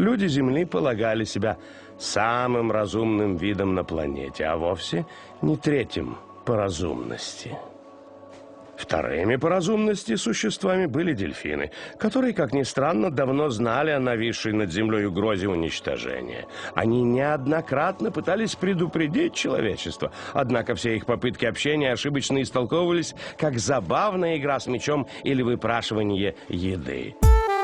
люди Земли полагали себя самым разумным видом на планете, а вовсе не третьим по разумности. Вторыми по разумности существами были дельфины, которые, как ни странно, давно знали о нависшей над землей угрозе уничтожения. Они неоднократно пытались предупредить человечество, однако все их попытки общения ошибочно истолковывались как забавная игра с мячом или выпрашивание еды.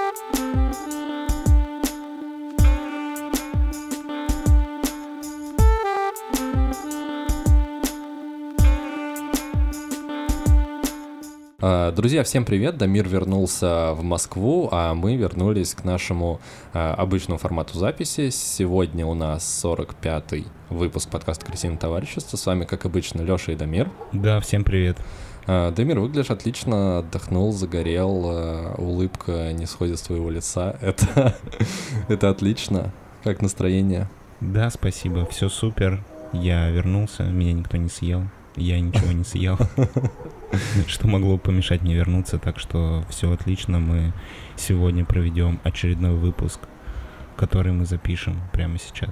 Друзья, всем привет! Дамир вернулся в Москву, а мы вернулись к нашему обычному формату записи. Сегодня у нас 45-й выпуск подкаста «Крысиное товарищество». С вами, как обычно, Лёша и Дамир. Да, всем привет. Дамир, выглядишь отлично, отдохнул, загорел, улыбка не сходит с твоего лица. Это отлично. Как настроение? Да, спасибо, все супер. Я вернулся, меня никто не съел. Я ничего не съел, что могло помешать мне вернуться, так что все отлично. Мы сегодня проведем очередной выпуск, который мы запишем прямо сейчас.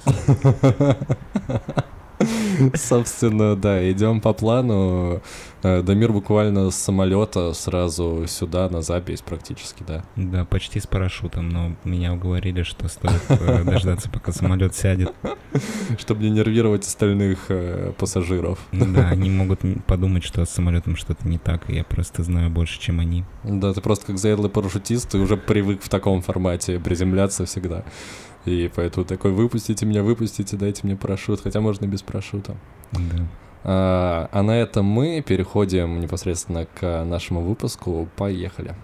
Собственно, да, идем по плану. Дамир буквально с самолета сразу сюда на запись практически, да? Да, почти с парашютом, но меня уговорили, что стоит дождаться, пока самолет сядет. Чтобы не нервировать остальных пассажиров. Да, они могут подумать, что с самолетом что-то не так, и я просто знаю больше, чем они. Да, ты просто как заядлый парашютист, ты уже привык в таком формате приземляться всегда. И поэтому такой: выпустите меня, выпустите, дайте мне парашют, хотя можно и без парашюта. Да. А на этом мы переходим непосредственно к нашему выпуску. Поехали.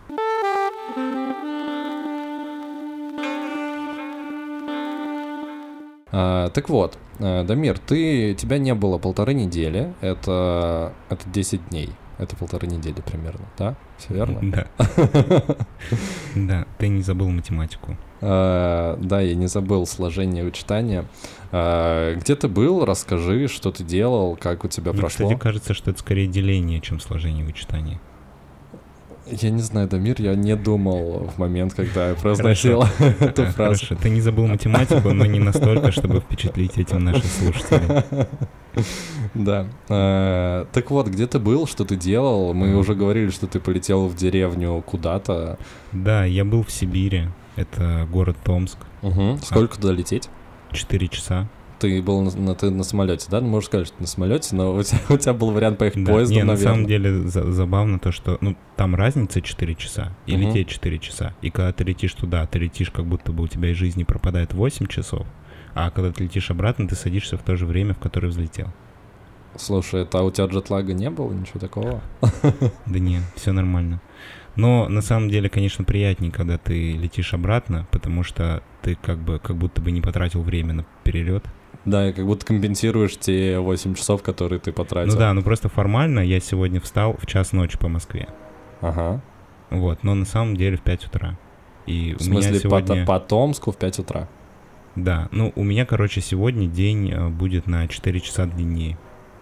Так вот, Дамир, тебя не было 1,5 недели, это 10 дней. Это 1,5 недели примерно, да? Все верно? Да. Да, ты не забыл математику. Да, я не забыл сложение и вычитание. Где ты был? Расскажи, что ты делал, как у тебя прошло. Кстати, кажется, что это скорее деление, чем сложение и вычитание. Я не знаю, Дамир, я не думал в момент, когда я произносил эту фразу. Хорошо, ты не забыл математику, но не настолько, чтобы впечатлить этим наших слушателей. Да. Так вот, где ты был, что ты делал? Мы уже говорили, что ты полетел в деревню куда-то. Да, я был в Сибири. Это город Томск. Сколько туда лететь? 4 часа. Ты был на самолете, да? Можешь сказать, что на самолете, но у тебя был вариант поехать поездом, наверное. На самом деле забавно то, что там разница 4 часа и лететь 4 часа. И когда ты летишь туда, ты летишь, как будто бы у тебя из жизни пропадает 8 часов. А когда ты летишь обратно, ты садишься в то же время, в которое взлетел. Слушай, а у тебя джетлага не было? Ничего такого? Да нет, все нормально. Но на самом деле, конечно, приятнее, когда ты летишь обратно, потому что ты как будто бы не потратил время на перелет. Да, и как будто компенсируешь те 8 часов, которые ты потратил. Ну да, просто формально я сегодня встал в 1:00 ночи по Москве. Ага. Вот, но на самом деле в 5 утра. И в смысле, у меня сегодня... по Томску в 5 утра? Да, у меня, сегодня день будет на 4 часа длиннее.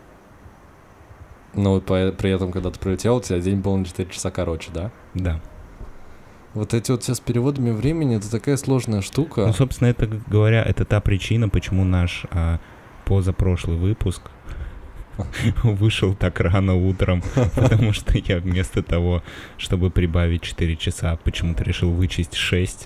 Ну, при этом, когда ты прилетел, у тебя день был на 4 часа короче, да? Да. Вот эти вот все с переводами времени, это такая сложная штука. Ну, собственно, это та причина, почему наш позапрошлый выпуск вышел так рано утром, потому что я вместо того, чтобы прибавить 4 часа, почему-то решил вычесть 6.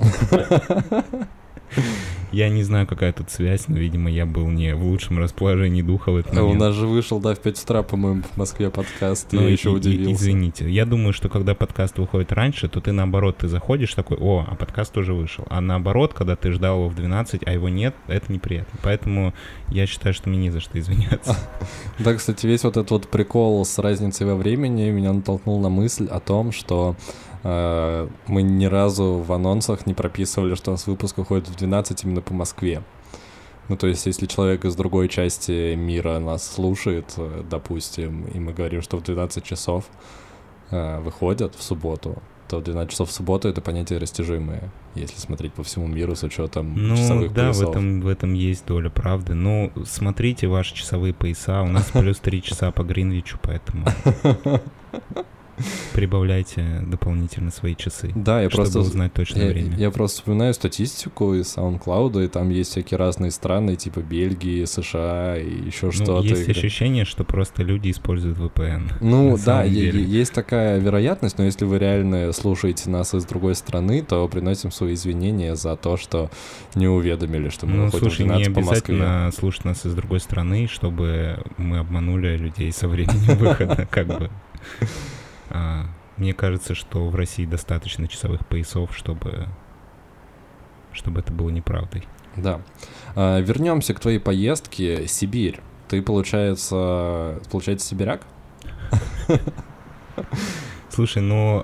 Я не знаю, какая тут связь, но, видимо, я был не в лучшем расположении духа в этот момент. У нас же вышел, в 5 утра, по-моему, в Москве подкаст, я еще удивился. Извините, я думаю, что когда подкаст выходит раньше, то ты наоборот, ты заходишь такой: а подкаст уже вышел. А наоборот, когда ты ждал его в 12, а его нет, это неприятно. Поэтому я считаю, что мне не за что извиняться. Да, кстати, весь вот этот вот прикол с разницей во времени меня натолкнул на мысль о том, что мы ни разу в анонсах не прописывали, что у нас выпуск выходит в 12 именно по Москве. Ну, то есть, если человек из другой части мира нас слушает, допустим, и мы говорим, что в 12 часов выходят в субботу, то в 12 часов в субботу это понятие растяжимое, если смотреть по всему миру с учетом часовых поясов. В этом есть доля правды. Смотрите ваши часовые пояса, у нас плюс 3 часа по Гринвичу, поэтому... Прибавляйте дополнительно свои часы, Да, я чтобы просто узнать точное время. Я просто вспоминаю статистику из SoundCloud, и там есть всякие разные страны, типа Бельгии, США и еще что-то. Есть ощущение, что просто люди используют VPN. Ну да, есть такая вероятность, но если вы реально слушаете нас из другой страны, то приносим свои извинения за то, что не уведомили, что мы выходим в 12 по Москве. Не обязательно слушать нас из другой страны, чтобы мы обманули людей со временем выхода, как бы. Мне кажется, что в России достаточно часовых поясов, чтобы это было неправдой. Да. Вернемся к твоей поездке. Сибирь. Ты, получается, сибиряк? Слушай,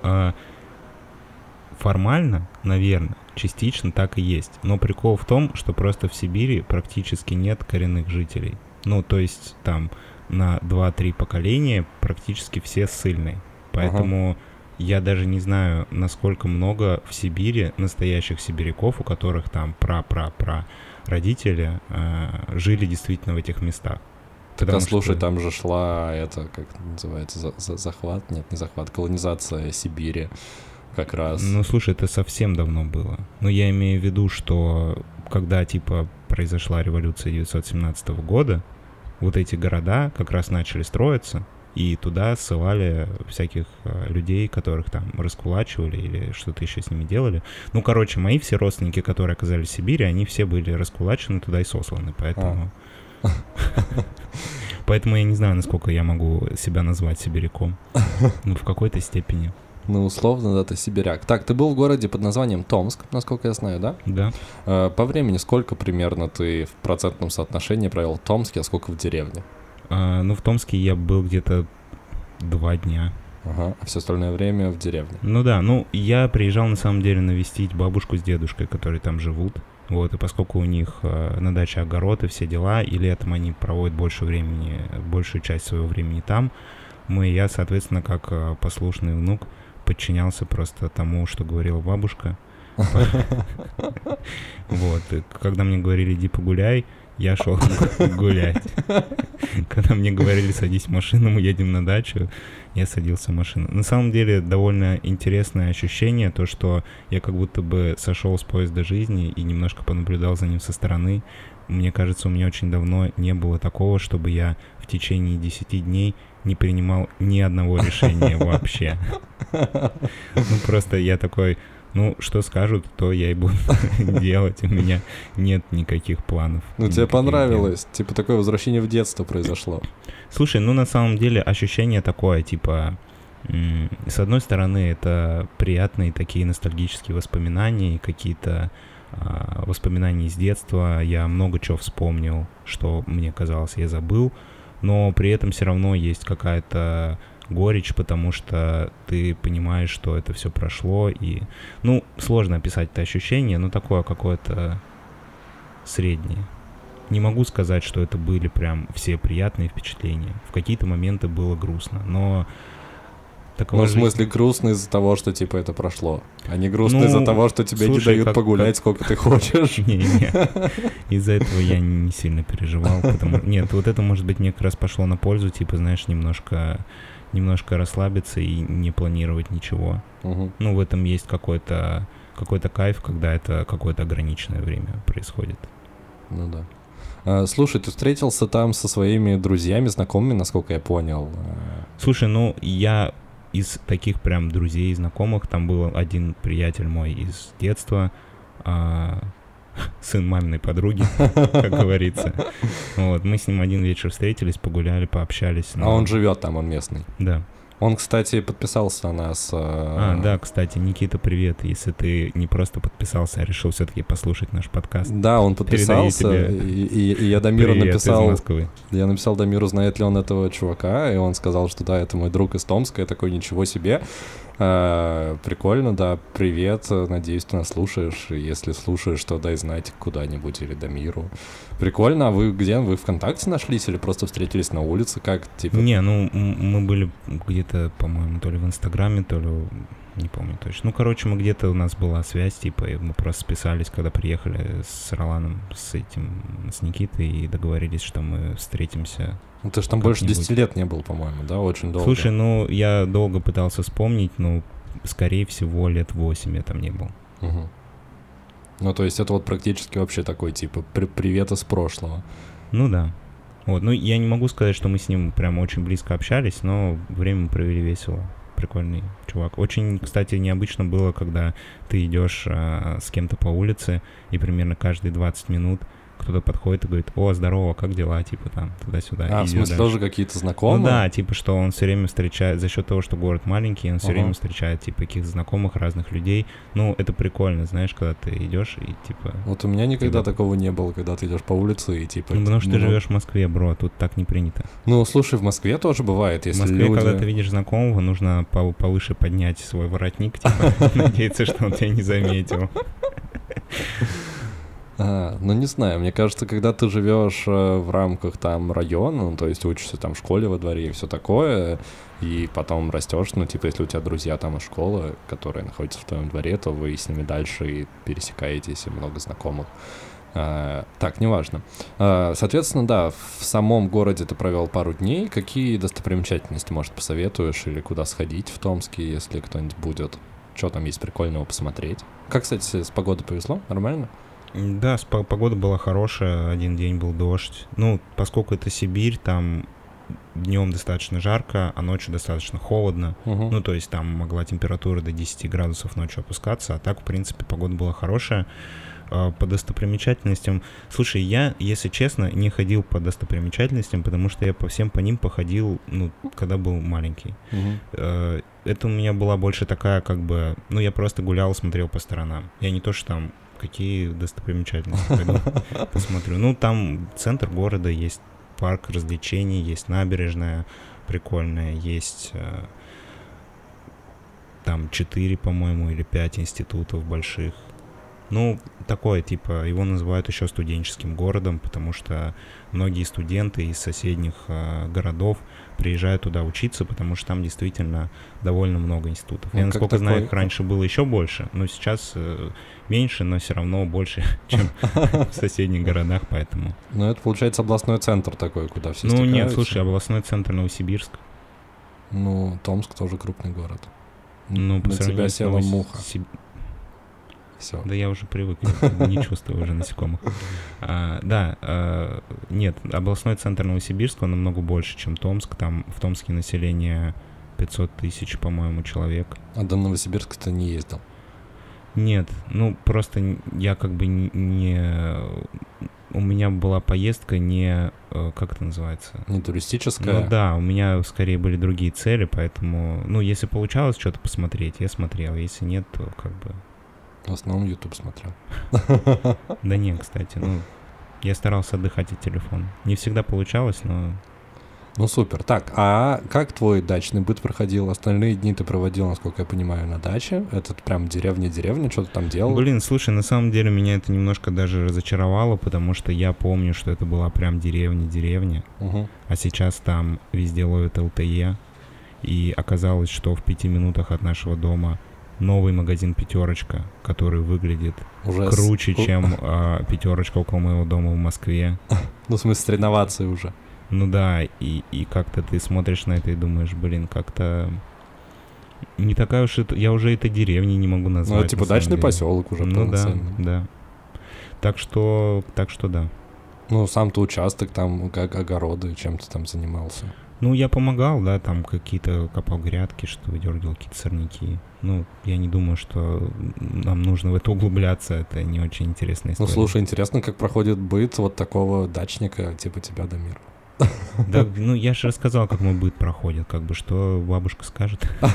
формально, наверное, частично так и есть. Но прикол в том, что просто в Сибири практически нет коренных жителей. Ну, то есть там на 2-3 поколения практически все ссыльные. Поэтому я даже не знаю, насколько много в Сибири настоящих сибиряков, у которых там родители жили действительно в этих местах. Тогда, слушай, там же шла как называется, захват? Нет, не захват, колонизация Сибири как раз. Ну, слушай, это совсем давно было. Но я имею в виду, что когда, произошла революция 1917 года, вот эти города как раз начали строиться, и туда ссылали всяких людей, которых там раскулачивали или что-то еще с ними делали. Ну, короче, мои все родственники, которые оказались в Сибири, они все были раскулачены туда и сосланы, поэтому... Поэтому я не знаю, насколько я могу себя назвать сибиряком. Ну, в какой-то степени. Ну, условно, да, ты сибиряк. Так, ты был в городе под названием Томск, насколько я знаю, да? Да. По времени сколько примерно ты в процентном соотношении провел в Томске, а сколько в деревне? Ну, в Томске я был где-то 2 дня. Ага, а все остальное время в деревне. Ну да, я приезжал на самом деле навестить бабушку с дедушкой, которые там живут. Вот, и поскольку у них на даче огород и все дела, и летом они проводят большую часть своего времени там, я, соответственно, как послушный внук, подчинялся просто тому, что говорила бабушка. Вот, и когда мне говорили «иди погуляй», я шел гулять. Когда мне говорили «садись в машину, мы едем на дачу», я садился в машину. На самом деле довольно интересное ощущение, то, что я как будто бы сошел с поезда жизни и немножко понаблюдал за ним со стороны. Мне кажется, у меня очень давно не было такого, чтобы я в течение 10 дней не принимал ни одного решения вообще. Ну, просто я такой... Ну, что скажут, то я и буду делать. У меня нет никаких планов. Ну, тебе понравилось? Типа такое возвращение в детство произошло. Слушай, на самом деле ощущение такое, с одной стороны, это приятные такие ностальгические воспоминания, какие-то воспоминания из детства. Я много чего вспомнил, что мне казалось, я забыл. Но при этом все равно есть какая-то горечь, потому что ты понимаешь, что это все прошло, и, сложно описать это ощущение, но такое какое-то среднее. Не могу сказать, что это были прям все приятные впечатления. В какие-то моменты было грустно, но... в смысле, грустно из-за того, что, это прошло, а не грустно из-за того, что тебе не дают погулять, сколько ты хочешь. Не, из-за этого я не сильно переживал, Нет, вот это, может быть, мне как раз пошло на пользу, немножко расслабиться и не планировать ничего. В этом есть какой-то кайф, когда это какое-то ограниченное время происходит. Ну да. Слушай, ты встретился там со своими друзьями, знакомыми, насколько я понял? Слушай, я из таких прям друзей, знакомых, там был один приятель мой из детства, сын маминой подруги, как говорится. Вот, мы с ним один вечер встретились, погуляли, пообщались. А он живет там, он местный? Да. Он, кстати, подписался на нас. Да, кстати, Никита, привет. Если ты не просто подписался, а решил все-таки послушать наш подкаст. Да, он подписался, и я Дамиру написал... Из Москвы. Я написал Дамиру, знает ли он этого чувака, и он сказал, что да, это мой друг из Томска. Я такой, ничего себе. Прикольно, да, привет, надеюсь, ты нас слушаешь. Если слушаешь, то дай знать куда-нибудь или Дамиру. Прикольно, а вы где? Вы ВКонтакте нашлись или просто встретились на улице? Как, Не, мы были где-то, по-моему, то ли в Инстаграме, то ли Не помню точно. Ну, короче, мы где-то, у нас была связь, типа, и мы просто списались, когда приехали с Роланом, с Никитой, и договорились, что мы встретимся. Ну, ты же там больше 10 лет не был, по-моему, да? Очень долго. Слушай, ну, я долго пытался вспомнить, но, скорее всего, лет 8 я там не был. Угу. Ну, то есть это вот практически вообще такой, типа, привет из прошлого. Ну, да. Вот, ну, я не могу сказать, что мы с ним прям очень близко общались, но время мы провели весело. Прикольный чувак. Очень, кстати, необычно было, когда ты идешь с кем-то по улице, и примерно каждые 20 минут кто-то подходит и говорит: «О, здорово, как дела?» Типа там, туда-сюда. В смысле, тоже какие-то знакомые? Ну да, типа, что он все время встречает, за счет того, что город маленький, он все время встречает, типа, каких-то знакомых, разных людей. Ну, это прикольно, знаешь, когда ты идешь и, типа... Вот у меня никогда такого не было, когда ты идешь по улице и, типа... Ну, потому что ты живешь в Москве, бро, тут так не принято. Ну, слушай, в Москве тоже бывает, если люди... В Москве, люди... когда ты видишь знакомого, нужно повыше поднять свой воротник, типа, надеяться, что он тебя не заметил. Ну, не знаю, мне кажется, когда ты живешь в рамках там района, ну, то есть учишься там в школе во дворе и все такое, и потом растешь, ну, типа, если у тебя друзья там из школы, которые находятся в твоем дворе, то вы с ними дальше и пересекаетесь, и много знакомых. Так, неважно. Соответственно, да, в самом городе ты провел пару дней. Какие достопримечательности, может, посоветуешь или куда сходить в Томске, если кто-нибудь будет? Что там есть прикольного посмотреть? Как, кстати, с погодой повезло? Нормально? Да, погода была хорошая, один день был дождь. Ну, поскольку это Сибирь, там днем достаточно жарко, а ночью достаточно холодно. Ну, то есть там могла температура до 10 градусов ночью опускаться, а так, в принципе, погода была хорошая. По достопримечательностям... Слушай, я, если честно, не ходил по достопримечательностям, потому что я по ним походил, ну, когда был маленький. Это у меня была больше такая, как бы... Ну, я просто гулял, смотрел по сторонам. Я не то, что там какие достопримечательности пойду посмотрю. Ну, там центр города, есть парк развлечений, есть набережная прикольная, есть там 4, по-моему, или 5 институтов больших. Ну, такое, типа, его называют еще студенческим городом, потому что многие студенты из соседних городов приезжают туда учиться, потому что там действительно довольно много институтов. Я, насколько знаю, их раньше было еще больше, но сейчас меньше, но все равно больше, чем в соседних городах, поэтому... Ну, это, получается, областной центр такой, куда все стекаются. Ну, нет, слушай, областной центр Новосибирск. Ну, Томск тоже крупный город. Ну, на тебя села муха. Все. Да я уже привык, не чувствую уже насекомых. Нет, областной центр Новосибирска, он намного больше, чем Томск. Там в Томске население 500 тысяч, по-моему, человек. А до Новосибирска ты не ездил? Нет, ну просто я как бы не... У меня была поездка не... Как это называется? Не туристическая? Ну да, у меня скорее были другие цели, поэтому... Ну, если получалось что-то посмотреть, я смотрел. Если нет, то как бы... В основном YouTube смотрел. Да нет, кстати, ну, я старался отдыхать от телефона. Не всегда получалось, но... Ну, супер. Так, а как твой дачный быт проходил? Остальные дни ты проводил, насколько я понимаю, на даче? Это прям деревня, что ты там делал? Блин, слушай, на самом деле меня это немножко даже разочаровало, потому что я помню, что это была прям деревня, а сейчас там везде ловят ЛТЕ, и оказалось, что в 5 минутах от нашего дома новый магазин «Пятерочка», который выглядит уже круче, чем «Пятерочка» около моего дома в Москве. Ну, в смысле, реновации уже. Ну да, и как-то ты смотришь на это и думаешь, блин, как-то не такая уж это... Я уже это деревней не могу назвать. Ну, типа дачный поселок уже полноценный. Ну да. Так что да. Ну, сам-то участок, там, как огороды, чем ты там занимался? Ну, я помогал, да, там какие-то копал грядки, что выдергивал какие-то сорняки. Ну, я не думаю, что нам нужно в это углубляться, это не очень интересная история. Ну, слушай, интересно, как проходит быт вот такого дачника, типа тебя, Дамир. Да, ну, я же рассказал, как мой быт проходит, как бы, что бабушка скажет,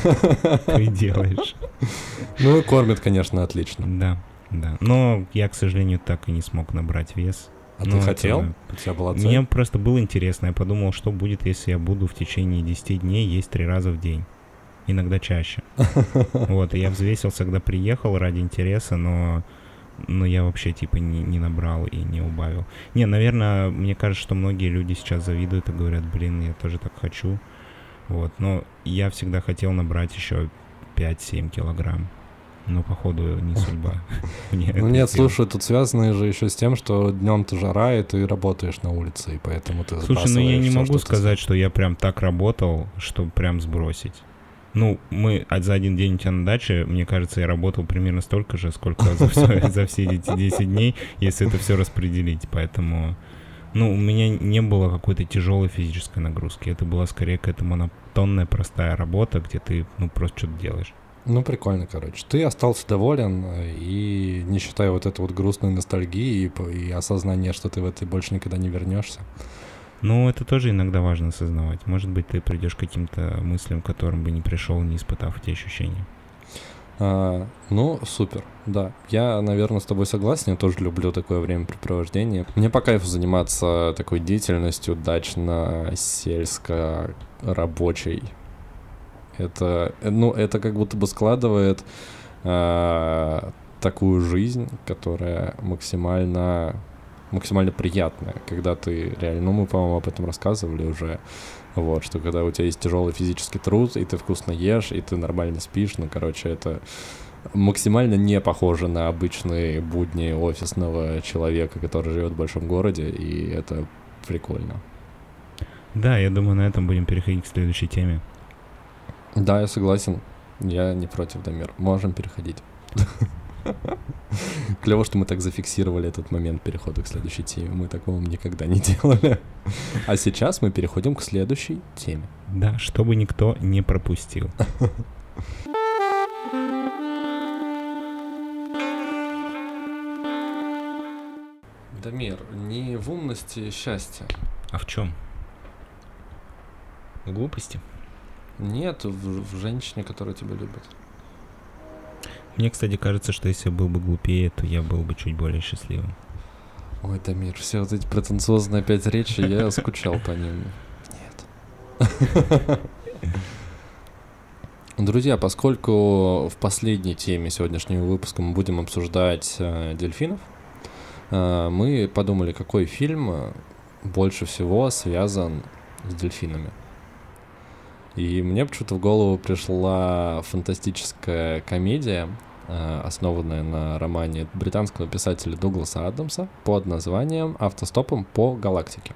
ты и делаешь. Ну, кормят, конечно, отлично. Да, но я, к сожалению, так и не смог набрать вес. А ты хотел? У тебя была цель? Мне просто было интересно. Я подумал, что будет, если я буду в течение 10 дней есть 3 раза в день. Иногда чаще. Вот, и я взвесился, когда приехал ради интереса, но я вообще, типа, не набрал и не убавил. Не, наверное, мне кажется, что многие люди сейчас завидуют и говорят, блин, я тоже так хочу. Вот, но я всегда хотел набрать еще 5-7 килограмм. Но, походу, не судьба. Ну нет, слушай, тут связано же еще с тем, что днем-то жара, и ты работаешь на улице, и поэтому ты сбрасываешь. Слушай, ну я не всё, могу что ты сказать, что я прям так работал, чтобы прям сбросить. Ну, за один день у тебя на даче, мне кажется, я работал примерно столько же, сколько за все эти 10 дней, если это все распределить. Поэтому, ну, у меня не было какой-то тяжелой физической нагрузки. Это была скорее какая-то монотонная, простая работа, где ты, ну, просто что-то делаешь. Ну, прикольно, короче. Ты остался доволен, и не считая вот этой вот грустной ностальгии и осознания, что ты в это больше никогда не вернешься. Ну, это тоже иногда важно осознавать. Может быть, ты придешь к каким-то мыслям, к которым бы не пришел, не испытав эти ощущения. Ну, супер, да. Я, наверное, с тобой согласен. Я тоже люблю такое времяпрепровождение. Мне по кайфу заниматься такой деятельностью дачно-сельско-рабочей. Это как будто бы складывает такую жизнь, которая максимально приятная, когда ты реально, ну, мы, по-моему, об этом рассказывали уже, вот, что когда у тебя есть тяжелый физический труд, и ты вкусно ешь, и ты нормально спишь, ну, короче, это максимально не похоже на обычные будни офисного человека, который живет в большом городе, и это прикольно. Да, я думаю, на этом будем переходить к следующей теме. Да, я согласен. Я не против, Дамир. Можем переходить. Клево, что мы так зафиксировали этот момент перехода к следующей теме. Мы такого никогда не делали. А сейчас мы переходим к следующей теме. Да, чтобы никто не пропустил. Дамир, не в умности счастье. А в чем? В глупости? Нет, в женщине, которая тебя любит. Мне, кстати, кажется, что если я был бы глупее, то я был бы чуть более счастливым. Ой, Дамир, все вот эти претенциозные опять речи, я скучал по ним. Нет. Друзья, поскольку в последней теме сегодняшнего выпуска мы будем обсуждать дельфинов, мы подумали, какой фильм больше всего связан с дельфинами. И мне почему-то в голову пришла фантастическая комедия, основанная на романе британского писателя Дугласа Адамса под названием «Автостопом по галактике».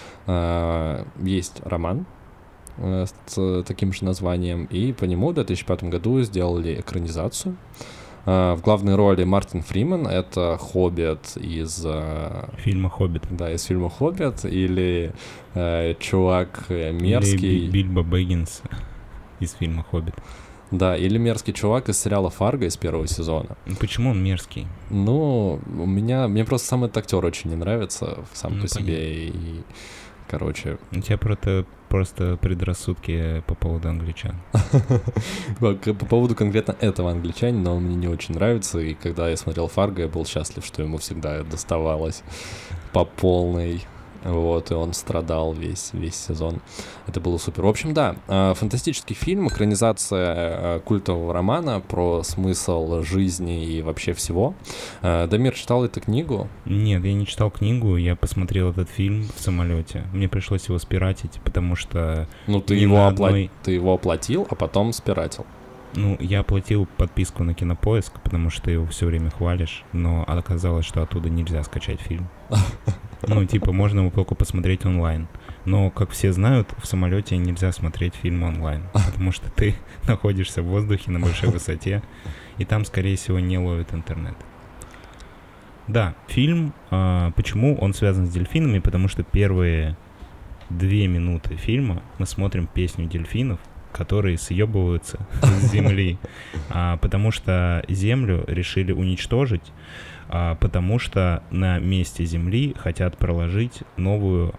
Есть роман с таким же названием, и по нему в 2005 году сделали экранизацию. В главной роли Мартин Фриман, это Хоббит из... Фильма «Хоббит». Да, из фильма «Хоббит», или чувак мерзкий... Или Бильбо Бэггинс из фильма «Хоббит». Да, или мерзкий чувак из сериала «Фарго» из первого сезона. Почему он мерзкий? Ну, мне просто сам этот актер очень не нравится сам по себе, и, короче... У тебя просто предрассудки по поводу англичан. По поводу конкретно этого англичанина, он мне не очень нравится, и когда я смотрел «Фарго», я был счастлив, что ему всегда доставалось по полной. Вот, и он страдал весь сезон. Это было супер. В общем, да, фантастический фильм, экранизация культового романа про смысл жизни и вообще всего. Дамир, читал эту книгу? Нет, я не читал книгу, я посмотрел этот фильм в самолете. Мне пришлось его спиратить, потому что... Ну, ты его оплатил, а потом спиратил. Ну, я оплатил подписку на Кинопоиск, потому что ты его все время хвалишь, но оказалось, что оттуда нельзя скачать фильм. Ну, типа, можно его только посмотреть онлайн. Но, как все знают, в самолете нельзя смотреть фильм онлайн, потому что ты находишься в воздухе на большой высоте, и там, скорее всего, не ловит интернет. Да, фильм, почему он связан с дельфинами? Потому что первые 2 минуты фильма мы смотрим песню дельфинов, которые съебываются с Земли, потому что Землю решили уничтожить, потому что на месте Земли хотят проложить новую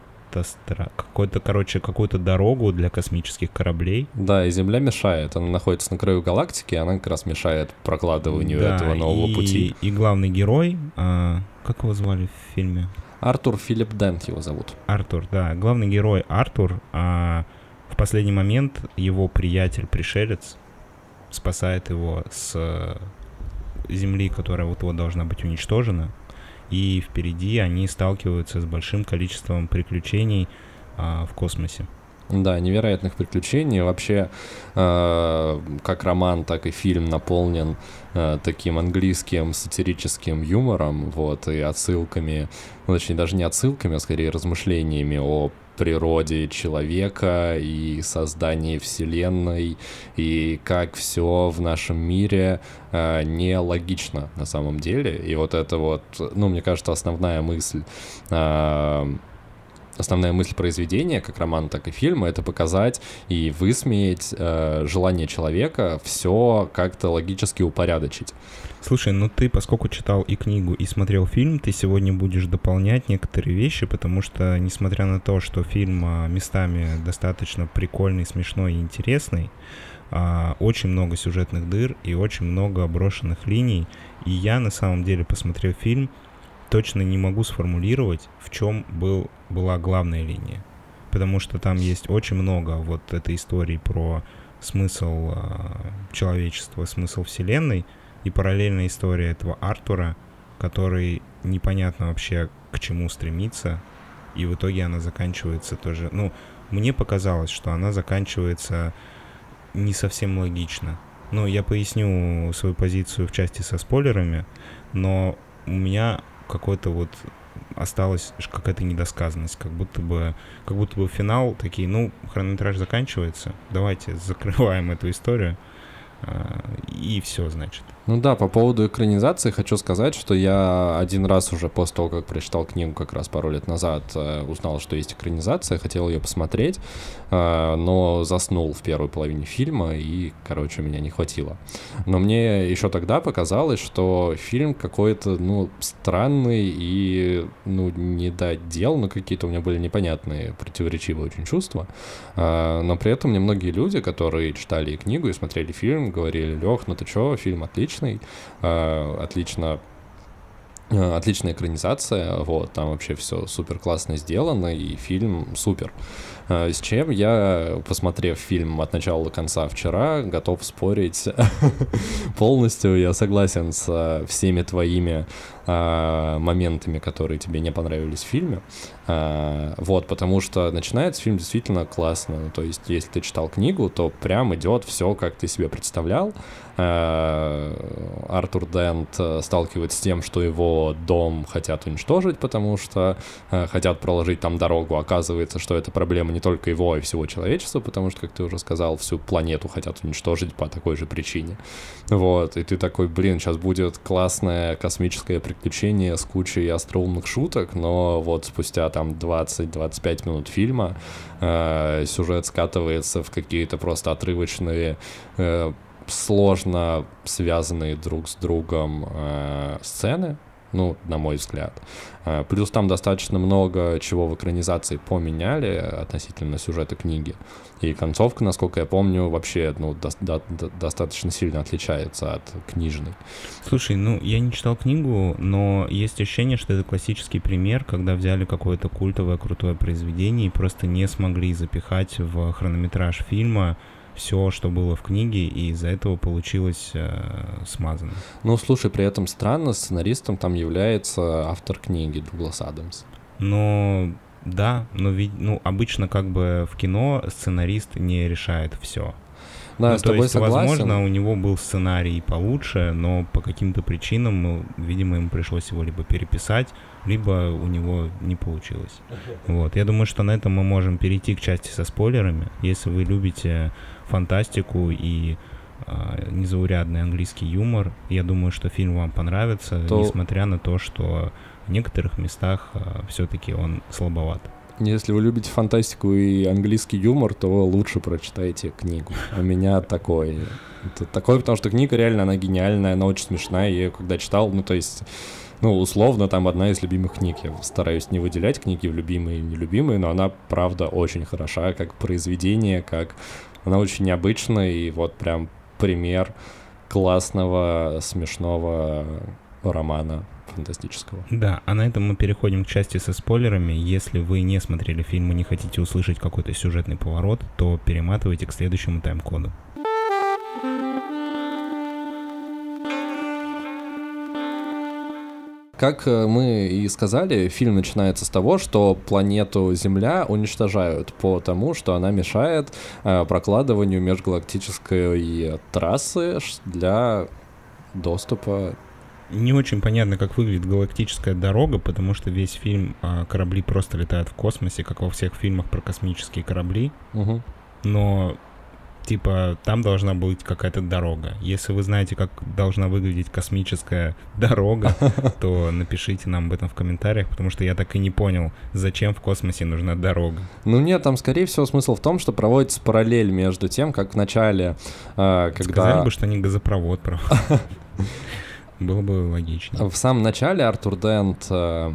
какую-то дорогу для космических кораблей. Да, и Земля мешает. Она находится на краю галактики, и она как раз мешает прокладыванию этого нового пути. И главный герой, как его звали в фильме? Артур Филипп Дент его зовут. Артур, да. Главный герой Артур, в последний момент его приятель-пришелец спасает его с Земли, которая вот должна быть уничтожена, и впереди они сталкиваются с большим количеством приключений в космосе. Да, невероятных приключений. Вообще, как роман, так и фильм наполнен таким английским сатирическим юмором, вот, и отсылками, ну, точнее, даже не отсылками, а скорее размышлениями о природе человека и создании вселенной, и как все в нашем мире нелогично на самом деле. И вот это вот, ну, мне кажется, основная мысль произведения, как романа, так и фильма, это показать и высмеять желание человека все как-то логически упорядочить. Слушай, ну ты, поскольку читал и книгу, и смотрел фильм, ты сегодня будешь дополнять некоторые вещи, потому что, несмотря на то, что фильм местами достаточно прикольный, смешной и интересный, очень много сюжетных дыр и очень много брошенных линий, и я, на самом деле, посмотрев фильм, точно не могу сформулировать, в чем была главная линия. Потому что там есть очень много вот этой истории про смысл человечества, смысл вселенной, и параллельная история этого Артура, который непонятно вообще к чему стремится, и в итоге она заканчивается тоже... Ну, мне показалось, что она заканчивается не совсем логично. Ну, я поясню свою позицию в части со спойлерами, но у меня какой-то вот осталась какая-то недосказанность, как будто бы финал такие, ну, хронометраж заканчивается, давайте закрываем эту историю, и все, значит. Ну да, по поводу экранизации хочу сказать, что я один раз уже после того, как прочитал книгу как раз пару лет назад, узнал, что есть экранизация, хотел ее посмотреть, но заснул в первой половине фильма и, короче, меня не хватило. Но мне еще тогда показалось, что фильм какой-то, ну, странный и, ну, недодел, но какие-то у меня были непонятные, противоречивые очень чувства. Но при этом мне многие люди, которые читали и книгу, и смотрели фильм, говорили: Лёх, ну ты чё, фильм отличный, отличная экранизация, вот, там вообще все супер классно сделано, и фильм супер. С чем я, посмотрев фильм от начала до конца вчера, готов спорить полностью. Я согласен с всеми твоими моментами, которые тебе не понравились в фильме. Вот, потому что начинается фильм действительно классно. То есть, если ты читал книгу, то прям идет все, как ты себе представлял. Артур Дент сталкивается с тем, что его дом хотят уничтожить, потому что хотят проложить там дорогу. Оказывается, что это проблема не только его, а и всего человечества, потому что, как ты уже сказал, всю планету хотят уничтожить по такой же причине. Вот, и ты такой: блин, сейчас будет классное космическое приключение с кучей остроумных шуток, но вот спустя там 20-25 минут фильма сюжет скатывается в какие-то просто отрывочные, сложно связанные друг с другом сцены, ну, на мой взгляд. Плюс там достаточно много чего в экранизации поменяли относительно сюжета книги. И концовка, насколько я помню, вообще, ну, достаточно сильно отличается от книжной. Слушай, ну, я не читал книгу, но есть ощущение, что это классический пример, когда взяли какое-то культовое, крутое произведение и просто не смогли запихать в хронометраж фильма все, что было в книге, и из-за этого получилось смазано. Ну, слушай, при этом странно, сценаристом там является автор книги Дуглас Адамс. Но да, но ведь, ну, обычно как бы в кино сценарист не решает все. Да, ну, с тобой то есть, согласен. Возможно, у него был сценарий получше, но по каким-то причинам, ну, видимо, ему пришлось его либо переписать, либо у него не получилось. Вот. Я думаю, что на этом мы можем перейти к части со спойлерами. Если вы любите фантастику и незаурядный английский юмор, я думаю, что фильм вам понравится, несмотря на то, что в некоторых местах все-таки он слабоват. Если вы любите фантастику и английский юмор, то лучше прочитайте книгу. У меня такое. Это такое, потому что книга реально, она гениальная, она очень смешная. Я ее когда читал, ну, то есть, ну, условно, там одна из любимых книг. Я стараюсь не выделять книги в любимые и нелюбимые, но она, правда, очень хороша, как произведение, как... Она очень необычная, и вот прям пример классного, смешного романа фантастического. Да, а на этом мы переходим к части со спойлерами. Если вы не смотрели фильм и не хотите услышать какой-то сюжетный поворот, то перематывайте к следующему тайм-коду. как мы и сказали, фильм начинается с того, что планету Земля уничтожают потому, что она мешает прокладыванию межгалактической трассы для доступа. Не очень понятно, как выглядит галактическая дорога, потому что весь фильм корабли просто летают в космосе, как во всех фильмах про космические корабли. Угу. Но, типа, там должна быть какая-то дорога. Если вы знаете, как должна выглядеть космическая дорога, то напишите нам об этом в комментариях, потому что я так и не понял, зачем в космосе нужна дорога. Ну нет, там, скорее всего, смысл в том, что проводится параллель между тем, как в начале, когда... Сказали бы, что они газопровод проводят. Было бы логичнее. В самом начале Артур Дент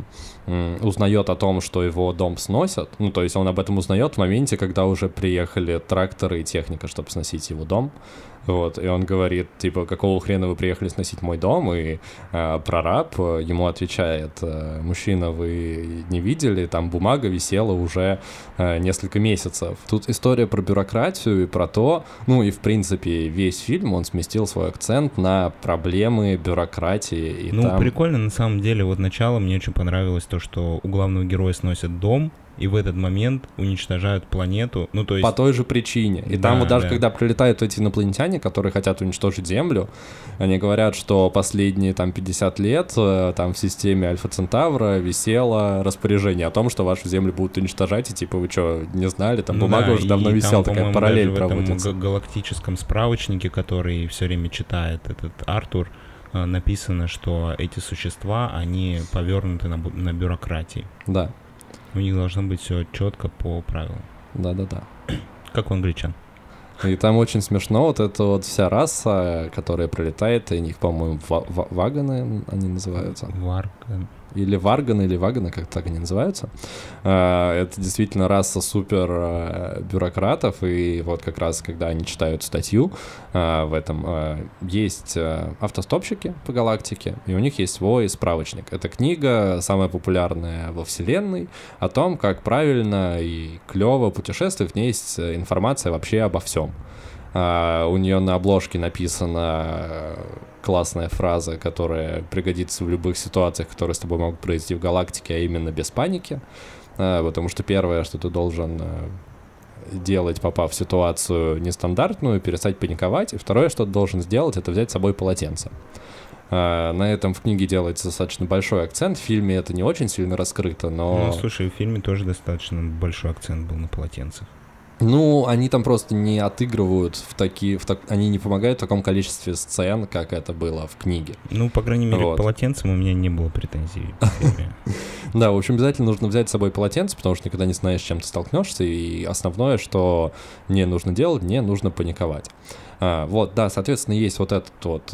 узнает о том, что его дом сносят. Ну, то есть он об этом узнает в моменте, когда уже приехали тракторы и техника, чтобы сносить его дом. Вот, и он говорит, типа, какого хрена вы приехали сносить мой дом? И прораб ему отвечает, мужчина, вы не видели, там бумага висела уже несколько месяцев. Тут история про бюрократию и про то, ну и в принципе весь фильм, он сместил свой акцент на проблемы бюрократии. И ну, там... прикольно, на самом деле, вот начало мне очень понравилось то, что у главного героя сносят дом, и в этот момент уничтожают планету, ну то есть... По той же причине. И да, там вот даже да. когда прилетают эти инопланетяне, которые хотят уничтожить Землю, они говорят, что последние там 50 лет там в системе Альфа Центавра висело распоряжение о том, что вашу Землю будут уничтожать, и типа вы что, не знали? Там бумага уже давно висела, такая параллель проводится. В этом галактическом справочнике, который все время читает этот Артур, написано, что эти существа, они повернуты на бюрократии. Да. У них должно быть все четко по правилам. Да-да-да. Как у англичан. И там очень смешно вот эта вот вся раса, которая прилетает, и у них, по-моему, ваганы они называются. Варган. Или варганы, или ваганы, как так они называются. Это действительно раса супер бюрократов, и вот как раз, когда они читают статью в этом, есть автостопщики по галактике, и у них есть свой справочник. Это книга, самая популярная во вселенной, о том, как правильно и клево путешествовать. В ней есть информация вообще обо всем. У нее на обложке написана классная фраза, которая пригодится в любых ситуациях, которые с тобой могут произойти в галактике, а именно без паники. Потому что первое, что ты должен делать, попав в ситуацию нестандартную, перестать паниковать. И второе, что ты должен сделать, это взять с собой полотенце. На этом в книге делается достаточно большой акцент. В фильме это не очень сильно раскрыто, но... Ну, слушай, в фильме тоже достаточно большой акцент был на полотенцах. Ну, они там просто не отыгрывают они не помогают в таком количестве сцен, как это было в книге. Ну, по крайней мере, Вот. к полотенцам у меня не было претензий. Да, в общем, обязательно нужно взять с собой полотенце, потому что никогда не знаешь, с чем ты столкнешься, и основное, что не нужно делать, не нужно паниковать. Вот, да, соответственно, есть вот этот вот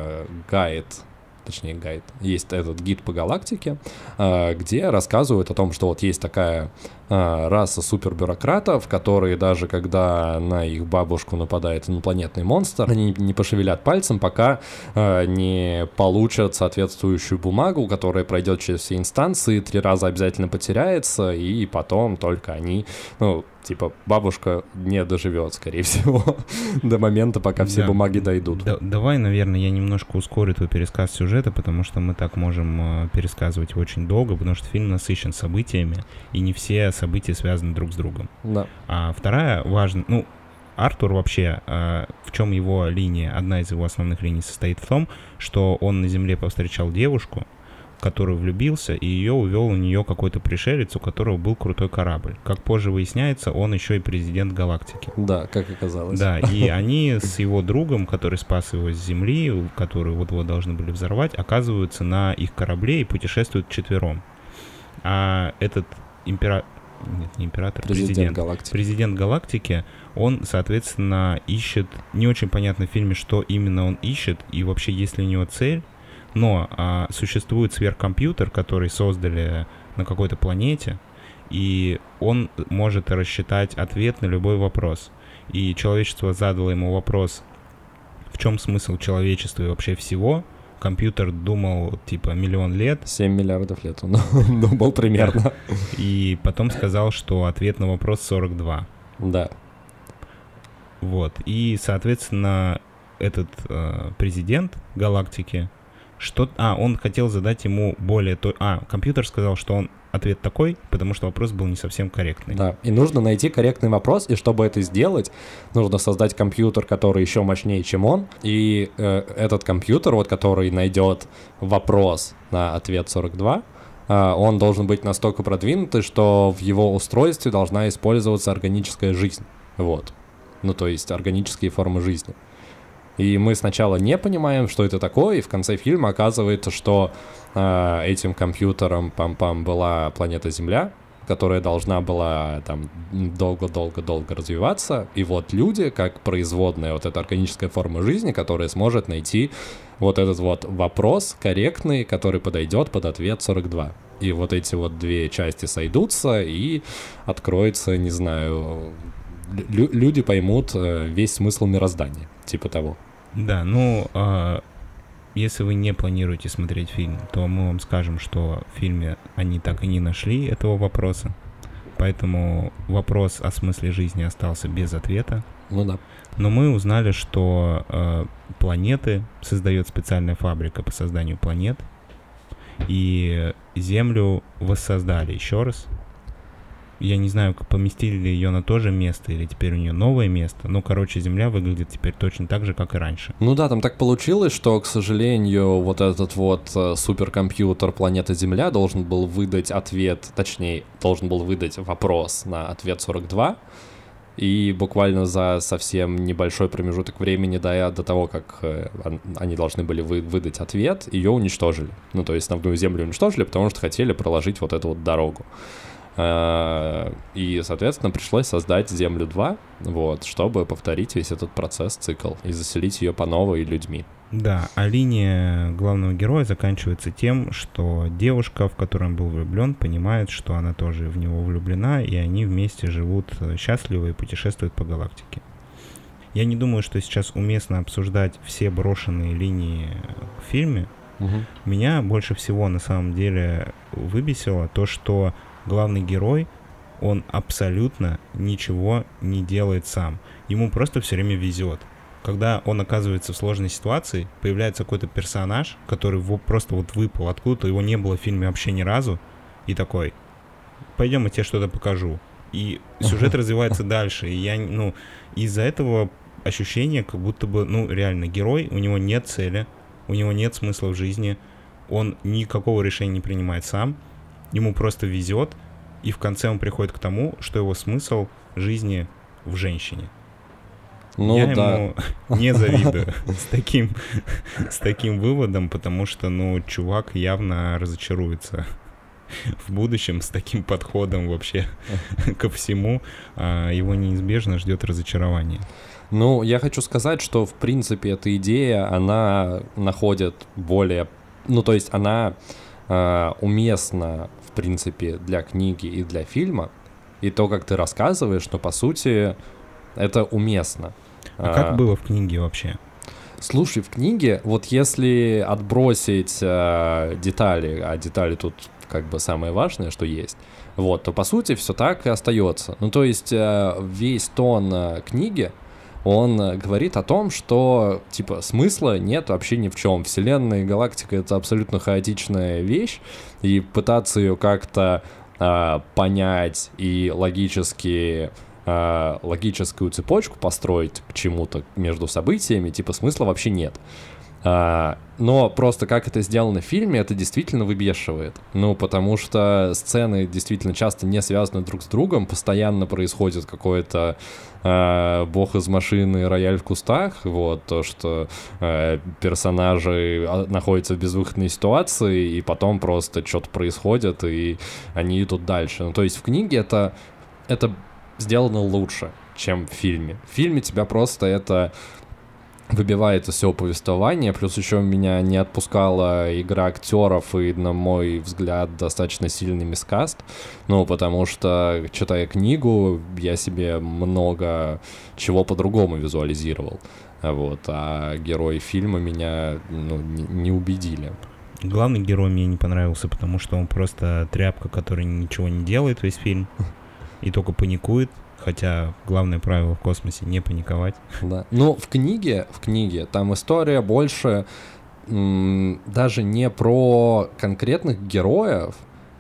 есть этот гид по галактике, где рассказывают о том, что вот есть такая раса супербюрократов, которые даже когда на их бабушку нападает инопланетный монстр, они не пошевелят пальцем, пока не получат соответствующую бумагу, которая пройдет через все инстанции, 3 раза обязательно потеряется, и потом только они, типа, бабушка не доживет, скорее всего, до момента, пока все бумаги дойдут. Давай, наверное, я немножко ускорю твой пересказ сюжета, потому что мы так можем пересказывать его очень долго, потому что фильм насыщен событиями, и не все события связаны друг с другом. Да. А вторая важная... Артур вообще, в чем его линия, одна из его основных линий состоит в том, что он на Земле повстречал девушку, в которую влюбился, и ее увел у нее какой-то пришелец, у которого был крутой корабль. Как позже выясняется, он еще и президент галактики. Да, как оказалось. Да, и они с его другом, который спас его с Земли, который вот-вот должны были взорвать, оказываются на их корабле и путешествуют вчетвером. А этот президент галактики, он, соответственно, ищет, не очень понятно в фильме, что именно он ищет, и вообще есть ли у него цель, но существует сверхкомпьютер, который создали на какой-то планете, и он может рассчитать ответ на любой вопрос. И человечество задало ему вопрос, в чем смысл человечества и вообще всего. Компьютер думал, типа, 1 миллион лет. 7 миллиардов лет он думал примерно. И потом сказал, что ответ на вопрос 42. Да. Вот. И, соответственно, этот президент галактики, Он хотел задать ему более... компьютер сказал, что он ответ такой, потому что вопрос был не совсем корректный. Да, и нужно найти корректный вопрос, и чтобы это сделать, нужно создать компьютер, который еще мощнее, чем он, и этот компьютер, вот, который найдет вопрос на ответ 42, он должен быть настолько продвинутый, что в его устройстве должна использоваться органическая жизнь, вот, ну, то есть органические формы жизни. И мы сначала не понимаем, что это такое, и в конце фильма оказывается, что этим компьютером была планета Земля, которая должна была там долго-долго-долго развиваться, и вот люди, как производная вот эта органическая форма жизни, которая сможет найти вот этот вот вопрос корректный, который подойдет под ответ 42. И вот эти вот две части сойдутся, и откроется, не знаю, люди поймут весь смысл мироздания, типа того. Да, если вы не планируете смотреть фильм, то мы вам скажем, что в фильме они так и не нашли этого вопроса. Поэтому вопрос о смысле жизни остался без ответа. Ну да. Но мы узнали, что планеты создает специальная фабрика по созданию планет. И Землю воссоздали еще раз. Я не знаю, поместили ли ее на то же место, или теперь у нее новое место. Но, Земля выглядит теперь точно так же, как и раньше. Ну да, там так получилось, что, к сожалению, вот этот вот суперкомпьютер планеты Земля должен был выдать ответ, точнее, должен был выдать вопрос на ответ 42. И буквально за совсем небольшой промежуток времени до того, как они должны были выдать ответ, ее уничтожили. Ну, то есть основную Землю уничтожили, потому что хотели проложить вот эту вот дорогу. И, соответственно, пришлось создать Землю 2, вот, чтобы повторить весь этот цикл и заселить ее по новой людьми. Да, а линия главного героя заканчивается тем, что девушка, в которую он был влюблен, понимает, что она тоже в него влюблена, и они вместе живут счастливо и путешествуют по галактике. Я не думаю, что сейчас уместно обсуждать все брошенные линии в фильме. Меня больше всего на самом деле выбесило то, что главный герой, он абсолютно ничего не делает сам. Ему просто все время везет. Когда он оказывается в сложной ситуации, появляется какой-то персонаж, который просто вот выпал откуда-то, его не было в фильме вообще ни разу, и такой: пойдем, я тебе что-то покажу. И сюжет развивается дальше, и из-за этого ощущение, как будто бы, реально, герой, у него нет цели, у него нет смысла в жизни, он никакого решения не принимает сам, ему просто везет, и в конце он приходит к тому, что его смысл жизни в женщине. Я ему не завидую с таким выводом, потому что, чувак явно разочаруется в будущем с таким подходом вообще ко всему. Его неизбежно ждет разочарование. Я хочу сказать, что, в принципе, эта идея, она находит более... то есть она уместна, в принципе, для книги и для фильма. И то, как ты рассказываешь, по сути, это уместно. А как было в книге вообще? Слушай, в книге, вот если отбросить детали, а детали тут как бы самое важное, что есть, то по сути все так и остается. То есть весь тон книги, он говорит о том, что, смысла нет вообще ни в чем. Вселенная и галактика — это абсолютно хаотичная вещь, и пытаться ее как-то понять и логическую цепочку построить к чему-то между событиями, смысла вообще нет. Но просто как это сделано в фильме, это действительно выбешивает. Потому что сцены действительно часто не связаны друг с другом, постоянно происходит какой-то бог из машины, рояль в кустах, то, что персонажи находятся в безвыходной ситуации, и потом просто что-то происходит, и они идут дальше. То есть в книге это сделано лучше, чем в фильме. В фильме тебя просто это выбивает из всего повествования, плюс еще меня не отпускала игра актеров и, на мой взгляд, достаточно сильный мискаст, потому что, читая книгу, я себе много чего по-другому визуализировал, а герои фильма меня не убедили. Главный герой мне не понравился, потому что он просто тряпка, которая ничего не делает весь фильм и только паникует. Хотя главное правило в космосе — не паниковать. Да. В книге там история больше, даже не про конкретных героев,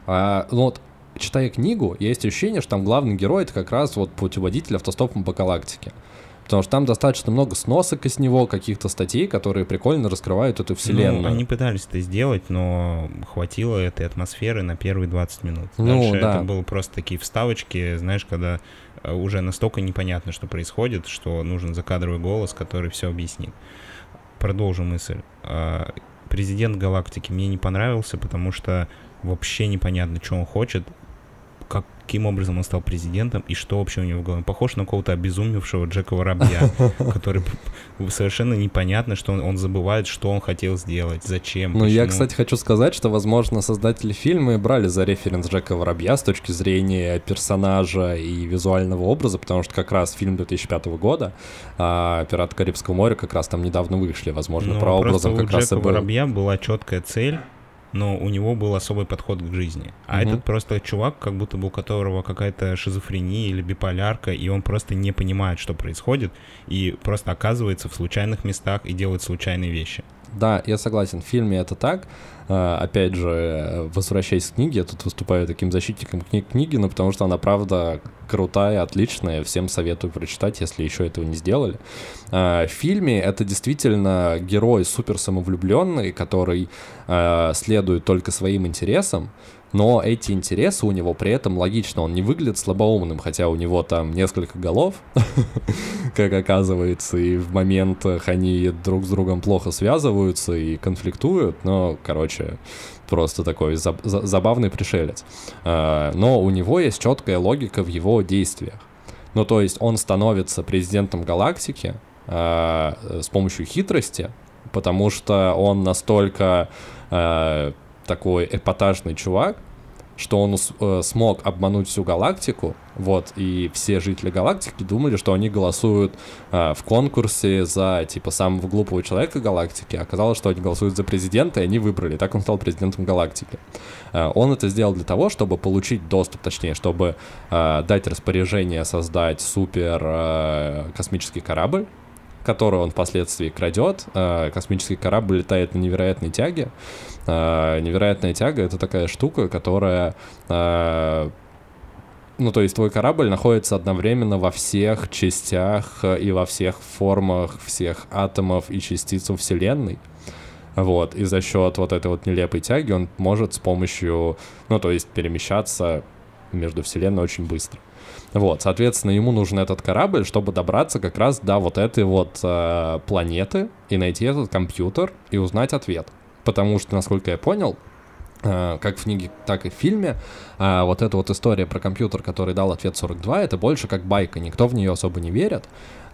читая книгу, есть ощущение, что там главный герой — это как раз вот путеводитель автостопом по галактике. Потому что там достаточно много сносок из него, каких-то статей, которые прикольно раскрывают эту вселенную. Они пытались это сделать, но хватило этой атмосферы на первые 20 минут. Дальше это было просто такие вставочки, знаешь, когда уже настолько непонятно, что происходит, что нужен закадровый голос, который все объяснит. Продолжу мысль. Президент галактики мне не понравился, потому что вообще непонятно, что он хочет, каким образом он стал президентом и что вообще у него в голове. Похож на какого-то обезумевшего Джека Воробья, который совершенно непонятно, что он забывает, что он хотел сделать, зачем, почему. Я, кстати, хочу сказать, что, возможно, создатели фильма брали за референс Джека Воробья с точки зрения персонажа и визуального образа, потому что как раз фильм 2005 года, «Пираты Карибского моря» как раз там недавно вышли, возможно, прообразом как раз и был. У Джека Воробья была четкая цель, но у него был особый подход к жизни. А этот просто чувак, как будто бы у которого какая-то шизофрения или биполярка, и он просто не понимает, что происходит, и просто оказывается в случайных местах и делает случайные вещи. Да, я согласен, в фильме это так. Опять же, возвращаясь к книге, я тут выступаю таким защитником книги, но потому что она, правда, крутая, отличная, всем советую прочитать, если еще этого не сделали. В фильме это действительно герой супер самовлюбленный, который следует только своим интересам, но эти интересы у него при этом логично, он не выглядит слабоумным, хотя у него там несколько голов, как оказывается, и в моментах они друг с другом плохо связываются и конфликтуют, но, короче, просто такой забавный пришелец. Но у него есть четкая логика в его действиях. Ну, то есть он становится президентом галактики с помощью хитрости, потому что он настолько такой эпатажный чувак, что он смог обмануть всю галактику, вот, и все жители галактики думали, что они голосуют в конкурсе за, типа, самого глупого человека галактики, а оказалось, что они голосуют за президента, и они выбрали, так он стал президентом галактики. Он это сделал для того, чтобы получить доступ, точнее, чтобы дать распоряжение создать супер космический корабль, который он впоследствии крадет. Космический корабль летает на невероятной тяге. Невероятная тяга — это такая штука, которая... то есть твой корабль находится одновременно во всех частях и во всех формах всех атомов и частиц Вселенной. Вот, и за счет вот этой вот нелепой тяги он может с помощью... перемещаться между Вселенной очень быстро. Вот, соответственно, ему нужен этот корабль, чтобы добраться как раз до вот этой вот планеты и найти этот компьютер и узнать ответ. Потому что, насколько я понял, как в книге, так и в фильме, вот эта вот история про компьютер, который дал ответ 42, это больше как байка, никто в нее особо не верит.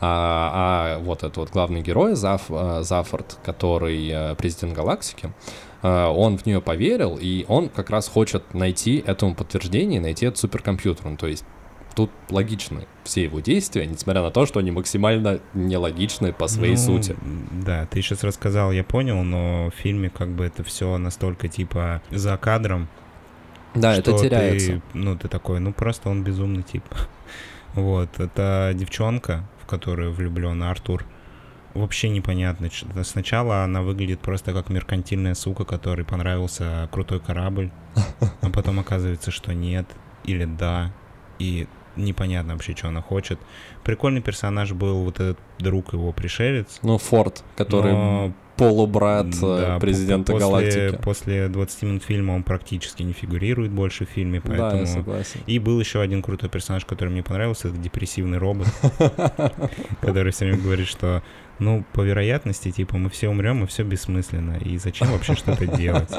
А вот этот вот главный герой, Зафорд, который президент галактики, он в нее поверил, и он как раз хочет найти этому подтверждение, найти этот суперкомпьютер. То есть тут логичны все его действия, несмотря на то, что они максимально нелогичны по своей сути. Да, ты сейчас рассказал, я понял, но в фильме как бы это все настолько типа за кадром. Да, это теряется. Ты такой, просто он безумный тип. Вот, это девчонка, в которую влюблен Артур. Вообще непонятно. Сначала она выглядит просто как меркантильная сука, которой понравился крутой корабль, а потом оказывается, что нет, или да, и непонятно вообще, что она хочет. Прикольный персонаж был вот этот друг его, пришелец. Форд, который полубрат президента галактики. После 20 минут фильма он практически не фигурирует больше в фильме, поэтому... Да, я согласен. И был еще один крутой персонаж, который мне понравился, это депрессивный робот, который все время говорит, что по вероятности, типа, мы все умрем, и все бессмысленно, и зачем вообще что-то делать?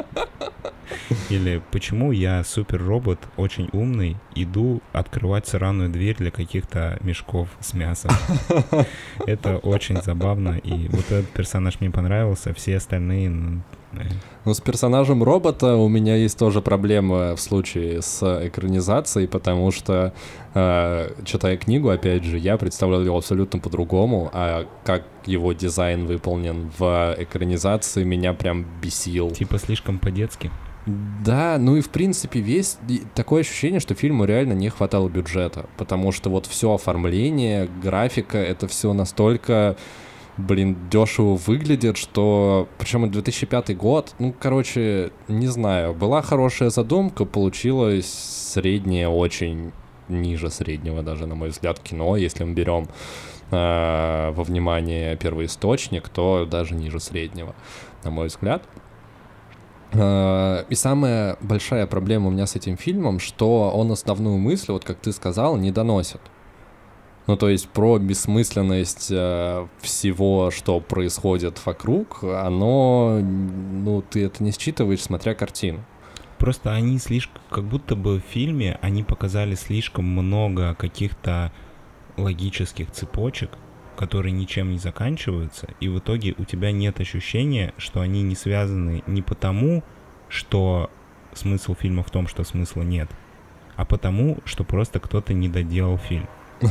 Или почему я супер-робот, очень умный, иду открывать сраную дверь для каких-то мешков с мясом. Это очень забавно, и вот этот персонаж мне понравился, все остальные... с персонажем робота у меня есть тоже проблема в случае с экранизацией, потому что, читая книгу, опять же, я представлял его абсолютно по-другому, а как его дизайн выполнен в экранизации меня прям бесил. Типа слишком по-детски. Да, и в принципе такое ощущение, что фильму реально не хватало бюджета, потому что вот все оформление, графика, это все настолько дешево выглядит, что... Причем это 2005 год. Ну, короче, не знаю. Была хорошая задумка, получилось среднее, очень ниже среднего даже, на мой взгляд, кино. Если мы берем во внимание первоисточник, то даже ниже среднего, на мой взгляд. И самая большая проблема у меня с этим фильмом, что он основную мысль, вот как ты сказал, не доносит. Ну, то есть про бессмысленность всего, что происходит вокруг, оно, ну, ты это не считываешь, смотря картину. Просто они слишком, как будто бы в фильме они показали слишком много каких-то логических цепочек, которые ничем не заканчиваются, и в итоге у тебя нет ощущения, что они не связаны не потому, что смысл фильма в том, что смысла нет, а потому, что просто кто-то не доделал фильм.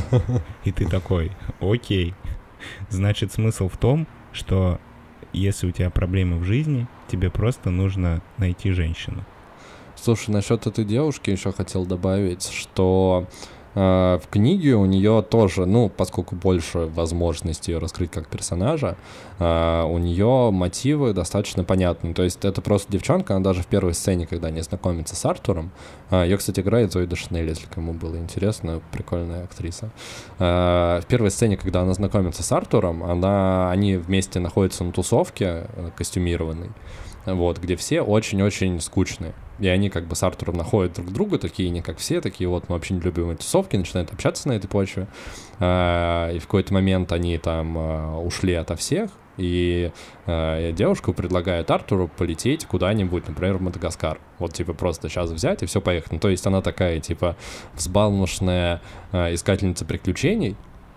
И ты такой, окей, значит, смысл в том, что если у тебя проблемы в жизни, тебе просто нужно найти женщину. Слушай, насчет этой девушки еще хотел добавить, что в книге у нее тоже, ну, поскольку больше возможностей ее раскрыть как персонажа, у нее мотивы достаточно понятны. То есть это просто девчонка, она даже в первой сцене, когда они знакомятся с Артуром, ее, кстати, играет Зои Дешанель, если кому было интересно, прикольная актриса. В первой сцене, когда она знакомится с Артуром, они вместе находятся на тусовке костюмированной, вот, где все очень-очень скучные. И они как бы с Артуром находят друг друга, такие не как все, такие вот мы вообще не любим эти тусовки, начинают общаться на этой почве. И в какой-то момент они там ушли ото всех, и девушка предлагает Артуру полететь куда-нибудь, например, в Мадагаскар. Вот типа просто сейчас взять и все поехать. Ну, то есть она такая типа взбалмошная искательница приключений,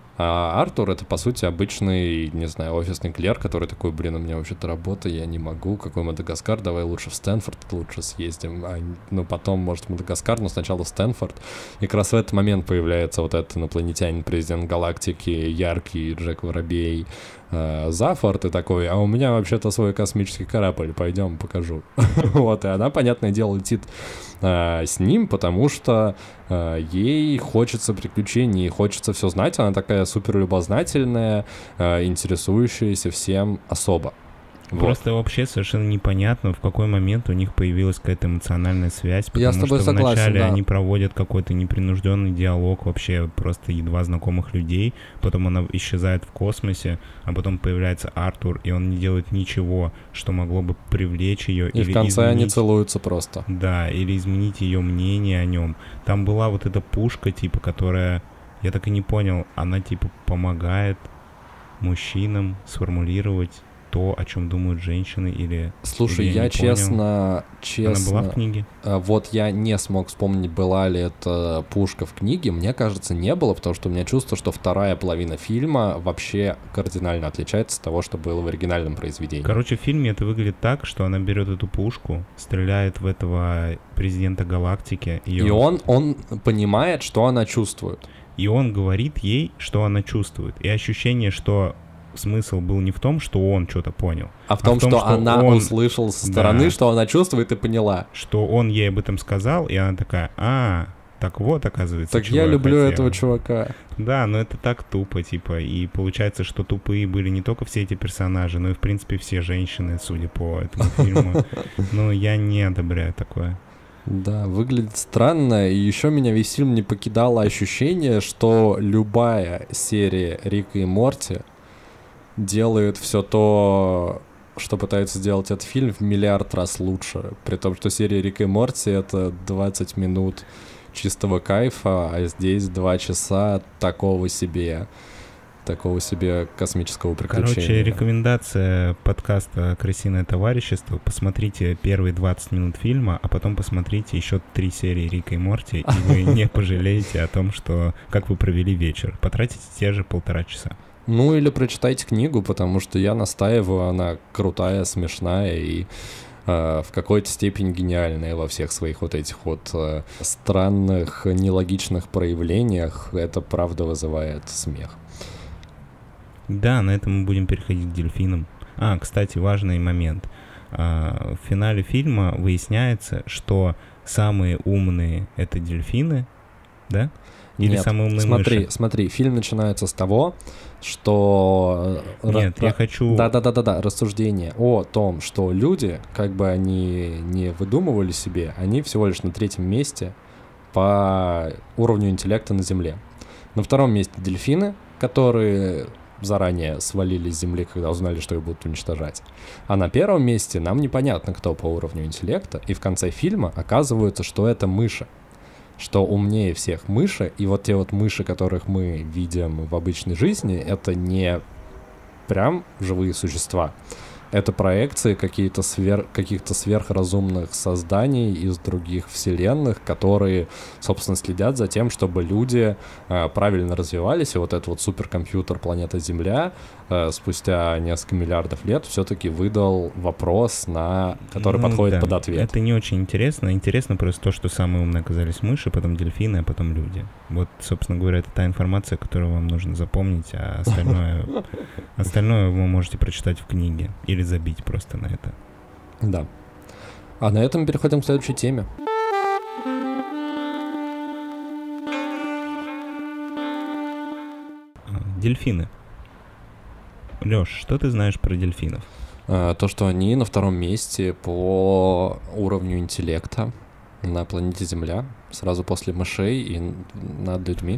а Артур — это, по сути, обычный, не знаю, офисный клерк, который такой, у меня вообще-то работа, я не могу, какой Мадагаскар, давай лучше в Стэнфорд лучше съездим, ну, потом, может, в Мадагаскар, но сначала в Стэнфорд. И как раз в этот момент появляется вот этот инопланетянин, президент галактики, яркий Джек Воробей, Зафорд, и такой, а у меня вообще-то свой космический корабль, пойдем покажу. Вот, и она, понятное дело, летит с ним, потому что ей хочется приключений, ей хочется все знать, она такая супер любознательная, интересующаяся всем особо. Просто вообще совершенно непонятно, в какой момент у них появилась какая-то эмоциональная связь, потому что вначале они проводят какой-то непринужденный диалог вообще просто едва знакомых людей, потом она исчезает в космосе, а потом появляется Артур, и он не делает ничего, что могло бы привлечь ее. И в конце они целуются просто. Да, или изменить ее мнение о нем. Там была вот эта пушка, типа, которая, я так и не понял, она типа помогает мужчинам сформулировать то, о чем думают женщины, или... Слушай, или я честно... Она была в книге? Вот я не смог вспомнить, была ли это пушка в книге. Мне кажется, не было, потому что у меня чувство, что вторая половина фильма вообще кардинально отличается от того, что было в оригинальном произведении. Короче, в фильме это выглядит так, что она берет эту пушку, стреляет в этого президента галактики. И он понимает, что она чувствует. И он говорит ей, что она чувствует. И ощущение, что смысл был не в том, что он что-то понял, а в том, что она услышала со стороны, что она чувствует и поняла. Что он ей об этом сказал, и она такая, так вот, оказывается, так я люблю этого чувака. Да, но это так тупо, типа, и получается, что тупые были не только все эти персонажи, но и, в принципе, все женщины, судя по этому фильму. Но я не одобряю такое. Да, выглядит странно, и еще меня весь фильм не покидало ощущение, что любая серия Рика и Морти делает все то, что пытается сделать этот фильм, в миллиард раз лучше. При том, что серия Рика и Морти — это 20 минут чистого кайфа, а здесь 2 часа такого себе космического приключения. Короче, рекомендация подкаста «Крысиное товарищество». Посмотрите первые 20 минут фильма, а потом посмотрите еще 3 серии Рика и Морти, и вы не пожалеете о том, что как вы провели вечер. Потратите те же 1,5 часа. Ну, или прочитайте книгу, потому что я настаиваю, она крутая, смешная и в какой-то степени гениальная во всех своих вот этих вот странных, нелогичных проявлениях. Это, правда, вызывает смех. Да, на этом мы будем переходить к дельфинам. Кстати, важный момент. В финале фильма выясняется, что самые умные — это дельфины, Да? Или Нет, самые умные мыши? Смотри, фильм начинается с того, что... Нет, я хочу... Да, рассуждение о том, что люди, как бы они не выдумывали себе, они всего лишь на 3-м месте по уровню интеллекта на Земле. На 2-м месте дельфины, которые заранее свалили с Земли, когда узнали, что их будут уничтожать. А на 1-м месте нам непонятно, кто по уровню интеллекта, и в конце фильма оказывается, что это мыши. Что умнее всех мыши, и вот те вот мыши, которых мы видим в обычной жизни, это не прям живые существа. Это проекции каких-то сверхразумных созданий из других вселенных, которые, собственно, следят за тем, чтобы люди правильно развивались, и вот этот вот суперкомпьютер планета Земля спустя несколько миллиардов лет все-таки выдал вопрос, который подходит под ответ. Это не очень интересно. Интересно просто то, что самые умные оказались мыши, потом дельфины, а потом люди. Вот, собственно говоря, это та информация, которую вам нужно запомнить, а остальное вы можете прочитать в книге или забить просто на это. Да. А на этом переходим к следующей теме. Дельфины. Лёш, что ты знаешь про дельфинов? То, что они на 2-м месте по уровню интеллекта на планете Земля, сразу после мышей и над людьми.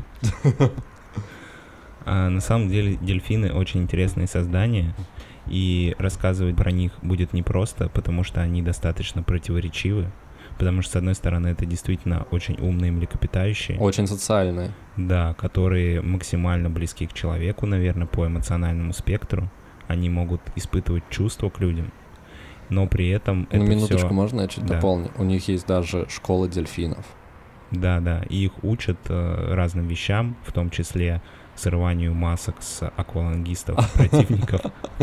На самом деле дельфины очень интересные создания, и рассказывать про них будет непросто, потому что они достаточно противоречивы, потому что, с одной стороны, это действительно очень умные млекопитающие. Очень социальные. Да, которые максимально близки к человеку, наверное, по эмоциональному спектру. Они могут испытывать чувства к людям, но при этом это минуточку, всё... можно я чуть дополню? У них есть даже школа дельфинов. Да, и их учат разным вещам, в том числе срыванию масок с аквалангистов противников.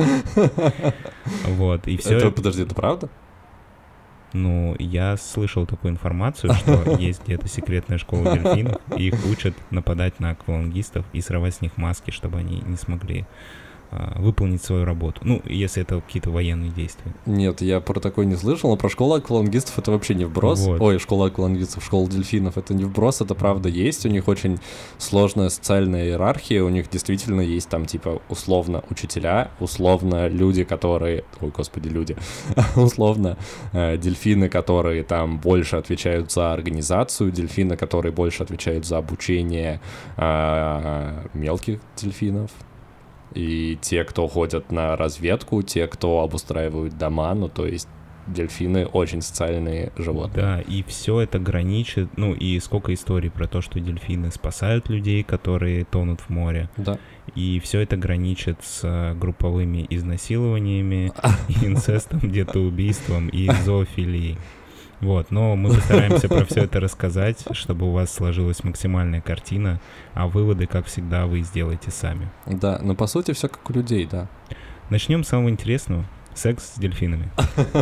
Вот, и все. Подожди, это правда? Ну, я слышал такую информацию, что есть где-то секретная школа дельфинов, и их учат нападать на аквалангистов и срывать с них маски, чтобы они не смогли выполнить свою работу. Ну, если это какие-то военные действия. Нет, я про такое не слышал, но про школу аквалангистов это вообще не вброс. Вот. Ой, школа аквалангистов, школа дельфинов, это не вброс, это правда есть. У них очень сложная социальная иерархия, у них действительно есть там типа условно учителя, условно люди, которые... Ой, господи, люди. Условно дельфины, которые там больше отвечают за организацию, дельфины, которые больше отвечают за обучение мелких дельфинов. И те, кто ходят на разведку, те, кто обустраивают дома, ну, то есть дельфины очень социальные животные. Да, и все это граничит, ну, и сколько историй про то, что дельфины спасают людей, которые тонут в море. Да. И все это граничит с групповыми изнасилованиями, инцестом, детоубийством и зоофилией. Вот, но мы постараемся про все это рассказать, чтобы у вас сложилась максимальная картина, а выводы, как всегда, вы сделаете сами. Да, но по сути все как у людей, да. Начнем с самого интересного. Секс с дельфинами.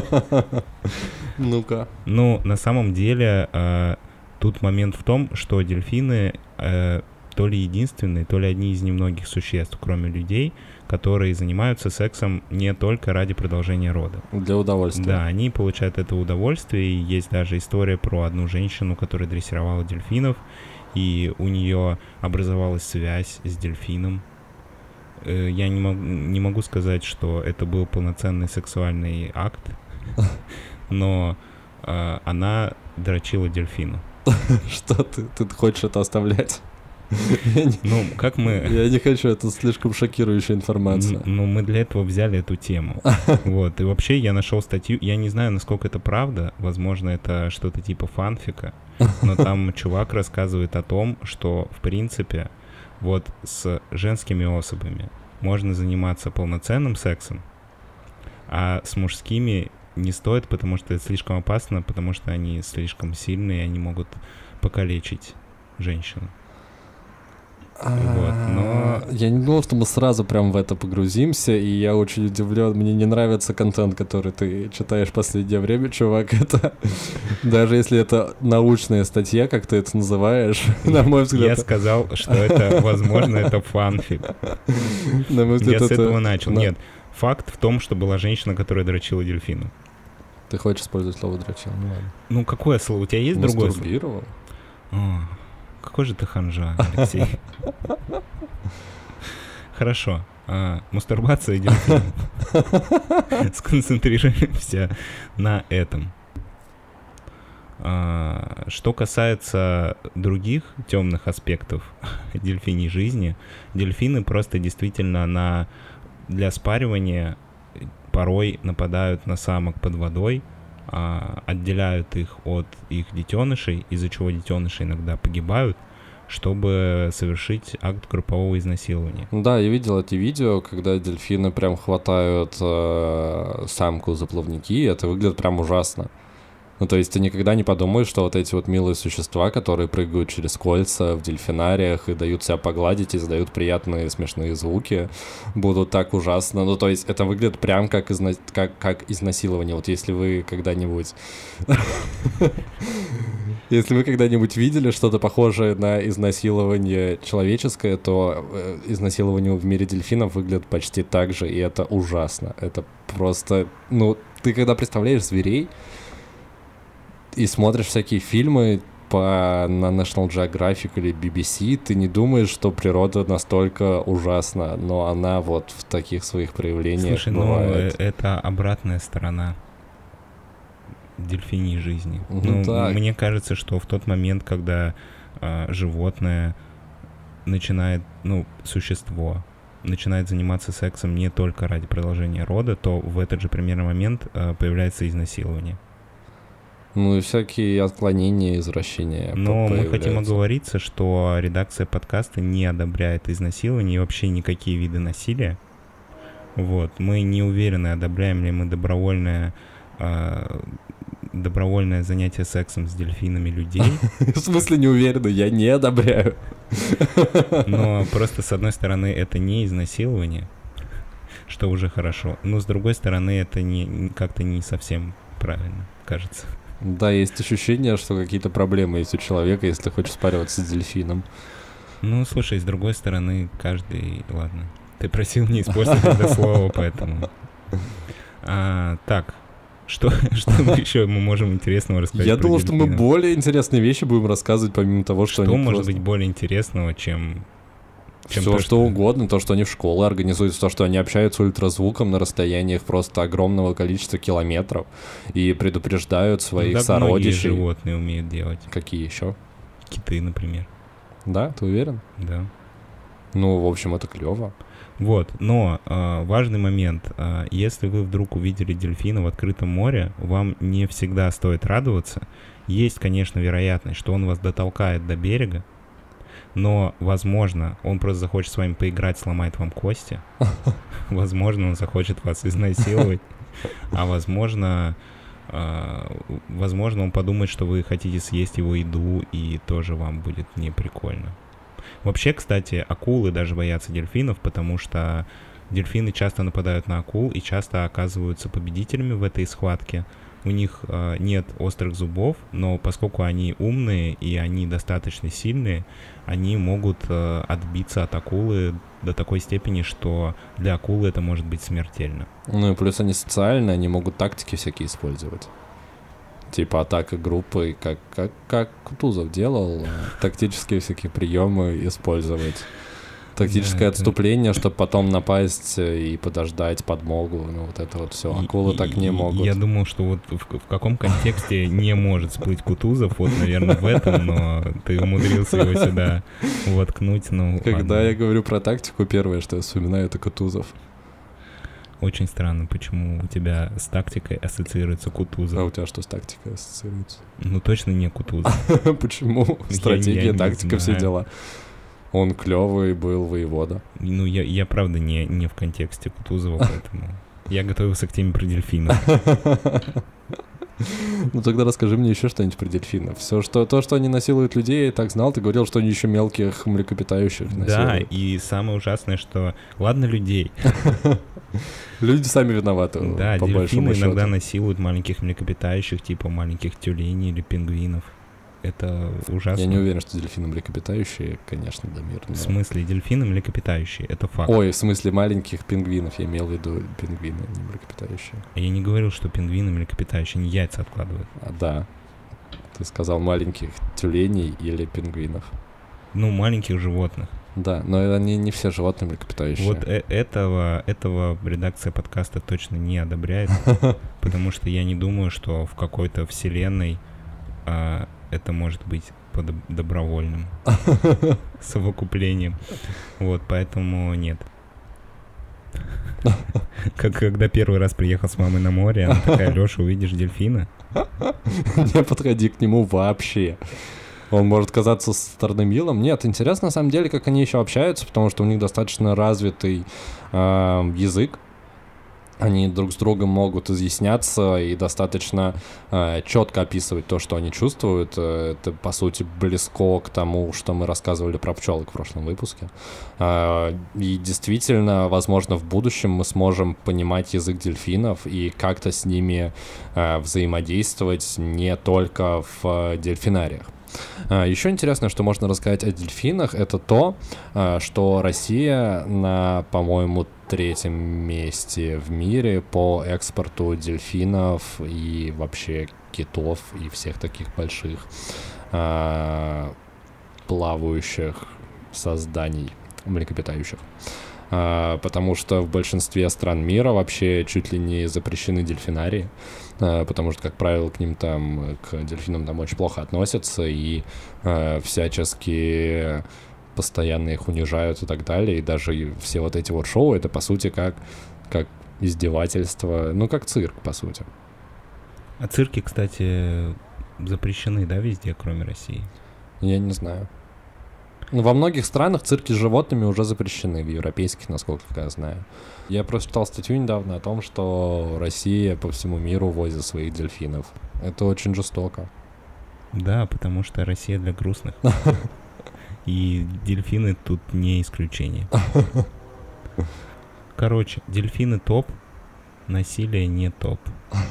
Ну-ка. Ну, на самом деле, тут момент в том, что дельфины то ли единственные, то ли одни из немногих существ, кроме людей, которые занимаются сексом не только ради продолжения рода. Для удовольствия. Да, они получают это удовольствие, и есть даже история про одну женщину, которая дрессировала дельфинов, и у нее образовалась связь с дельфином. Я не могу сказать, что это был полноценный сексуальный акт, но она дрочила дельфину. Что ты хочешь это оставлять? Ну, как мы... Я не хочу, это слишком шокирующая информация. Ну, мы для этого взяли эту тему. Вот, и вообще я нашел статью, я не знаю, насколько это правда, возможно, это что-то типа фанфика, но там чувак рассказывает о том, что, в принципе, вот с женскими особями можно заниматься полноценным сексом, а с мужскими не стоит, потому что это слишком опасно, потому что они слишком сильные, и они могут покалечить женщину. Вот, но... Я не думал, что мы сразу прям в это погрузимся, и я очень удивлен. Мне не нравится контент, который ты читаешь в последнее время, чувак. Это даже если это научная статья, как ты это называешь, на мой взгляд. Я сказал, что это, возможно, это фанфик. На мой взгляд, я с этого начал. Нет, факт в том, что была женщина, которая дрочила дельфину. Ты хочешь использовать слово «дрочил»? Ну ладно. Ну, какое слово? У тебя есть другое слово? Мастурбировал? Какой же ты ханжа, Алексей. Хорошо. Мастурбация и дельфин. Сконцентрируемся на этом. Что касается других темных аспектов дельфиньей жизни, дельфины просто действительно для спаривания порой нападают на самок под водой, отделяют их от их детенышей, из-за чего детеныши иногда погибают, чтобы совершить акт группового изнасилования. Да, я видел эти видео, когда дельфины прям хватают самку за плавники, и это выглядит прям ужасно. Ну, то есть ты никогда не подумаешь, что вот эти вот милые существа, которые прыгают через кольца в дельфинариях и дают себя погладить, и издают приятные смешные звуки, будут так ужасно. Ну, то есть это выглядит прям как изнасилование. Вот если вы когда-нибудь... Если вы когда-нибудь видели что-то похожее на изнасилование человеческое, то изнасилование в мире дельфинов выглядит почти так же, и это ужасно. Это просто... Ну, ты когда представляешь зверей, и смотришь всякие фильмы на National Geographic или BBC, ты не думаешь, что природа настолько ужасна, но она вот в таких своих проявлениях бывает. Ну, это обратная сторона дельфиньей жизни. Мне кажется, что в тот момент, когда животное начинает, существо начинает заниматься сексом не только ради продолжения рода, то в этот же примерно момент появляется изнасилование. Ну и всякие отклонения, извращения. Но мы хотим оговориться, что редакция подкаста не одобряет изнасилование и вообще никакие виды насилия. Вот. Мы не уверены, одобряем ли мы добровольное занятие сексом с дельфинами людей. В смысле не уверены? Я не одобряю. Но просто, с одной стороны, это не изнасилование, что уже хорошо. Но, с другой стороны, это как-то не совсем правильно, кажется. Да, есть ощущение, что какие-то проблемы есть у человека, если хочешь спариваться с дельфином. Ну, слушай, с другой стороны, каждый... Ладно, ты просил не использовать это слово, поэтому... Так, что еще мы можем интересного рассказать? Я думал, что мы более интересные вещи будем рассказывать, помимо того, что они может быть более интересного, чем все что угодно, то, что они в школы организуют, то, что они общаются ультразвуком на расстояниях просто огромного количества километров и предупреждают своих сородичей. Многие животные умеют делать. Какие еще? Киты, например. Да, ты уверен? Да. Ну, в общем, это клево. Вот, но важный момент. Если вы вдруг увидели дельфина в открытом море, вам не всегда стоит радоваться. Есть, конечно, вероятность, что он вас дотолкает до берега, но, возможно, он просто захочет с вами поиграть, сломает вам кости. Возможно, он захочет вас изнасиловать. А возможно, он подумает, что вы хотите съесть его еду, и тоже вам будет не прикольно. Вообще, кстати, акулы даже боятся дельфинов, потому что дельфины часто нападают на акул и часто оказываются победителями в этой схватке. У них нет острых зубов, но поскольку они умные и они достаточно сильные, они могут отбиться от акулы до такой степени, что для акулы это может быть смертельно. Ну и плюс они социальные, они могут тактики всякие использовать. Типа атака группы, как Кутузов делал, тактические всякие приемы использовать. Тактическое отступление, чтобы потом напасть и подождать подмогу. Ну, вот это вот все. Акулы так не могут. Я думал, что вот в каком контексте не может всплыть Кутузов, вот, наверное, в этом, но ты умудрился его сюда воткнуть. Ну, когда ладно. Я говорю про тактику, первое, что я вспоминаю, это Кутузов. Очень странно, почему у тебя с тактикой ассоциируется Кутузов. А у тебя что с тактикой ассоциируется? Ну, точно не Кутузов. Почему? Стратегия, тактика, все дела. Он клевый был воевода. Ну, я правда не в контексте Кутузова, поэтому я готовился к теме про дельфинов. Ну, тогда расскажи мне еще что-нибудь про дельфинов. То, что они насилуют людей, я так знал. Ты говорил, что они еще мелких млекопитающих насилуют. Да, и самое ужасное, что... Ладно, людей. Люди сами виноваты, да, по большому дельфины счету. иногда насилуют маленьких млекопитающих, типа маленьких тюленей или пингвинов. Это ужасно. Я не уверен, что дельфины млекопитающие, конечно, Дамир. Но... В смысле, дельфины млекопитающие, это факт. Ой, в смысле маленьких пингвинов, я имел в виду пингвины, не млекопитающие. Я не говорил, что пингвины млекопитающие, они яйца откладывают. Да, ты сказал маленьких тюленей или пингвинов. маленьких животных. Да, но они не все животные млекопитающие. Вот этого редакция подкаста точно не одобряет, потому что я не думаю, что в какой-то вселенной это может быть по добровольным совокуплением. Вот, поэтому нет. Когда первый раз приехал с мамой на море, она такая: Лёша, увидишь дельфина? Не подходи к нему вообще. Он может казаться со стороны милым. Нет, интересно на самом деле, как они еще общаются, потому что у них достаточно развитый язык. Они друг с другом могут изъясняться и достаточно четко описывать то, что они чувствуют. Это, по сути, близко к тому, что мы рассказывали про пчелок в прошлом выпуске. И действительно, возможно, в будущем мы сможем понимать язык дельфинов и как-то с ними взаимодействовать не только в дельфинариях. Еще интересно, что можно рассказать о дельфинах, это то, что Россия на, по-моему, 3-м месте в мире по экспорту дельфинов и вообще китов и всех таких больших плавающих созданий млекопитающих. Потому что в большинстве стран мира вообще чуть ли не запрещены дельфинарии, потому что, как правило, к дельфинам там очень плохо относятся и всячески постоянно их унижают и так далее, и даже все вот эти вот шоу, это, по сути, как издевательство, как цирк, по сути. А цирки, кстати, запрещены, да, везде, кроме России? Я не знаю. Во многих странах цирки с животными уже запрещены, в европейских, насколько я знаю. Я просто читал статью недавно о том, что Россия по всему миру возит своих дельфинов. Это очень жестоко. Да, потому что Россия для грустных. И дельфины тут не исключение. Короче, дельфины топ, насилие не топ.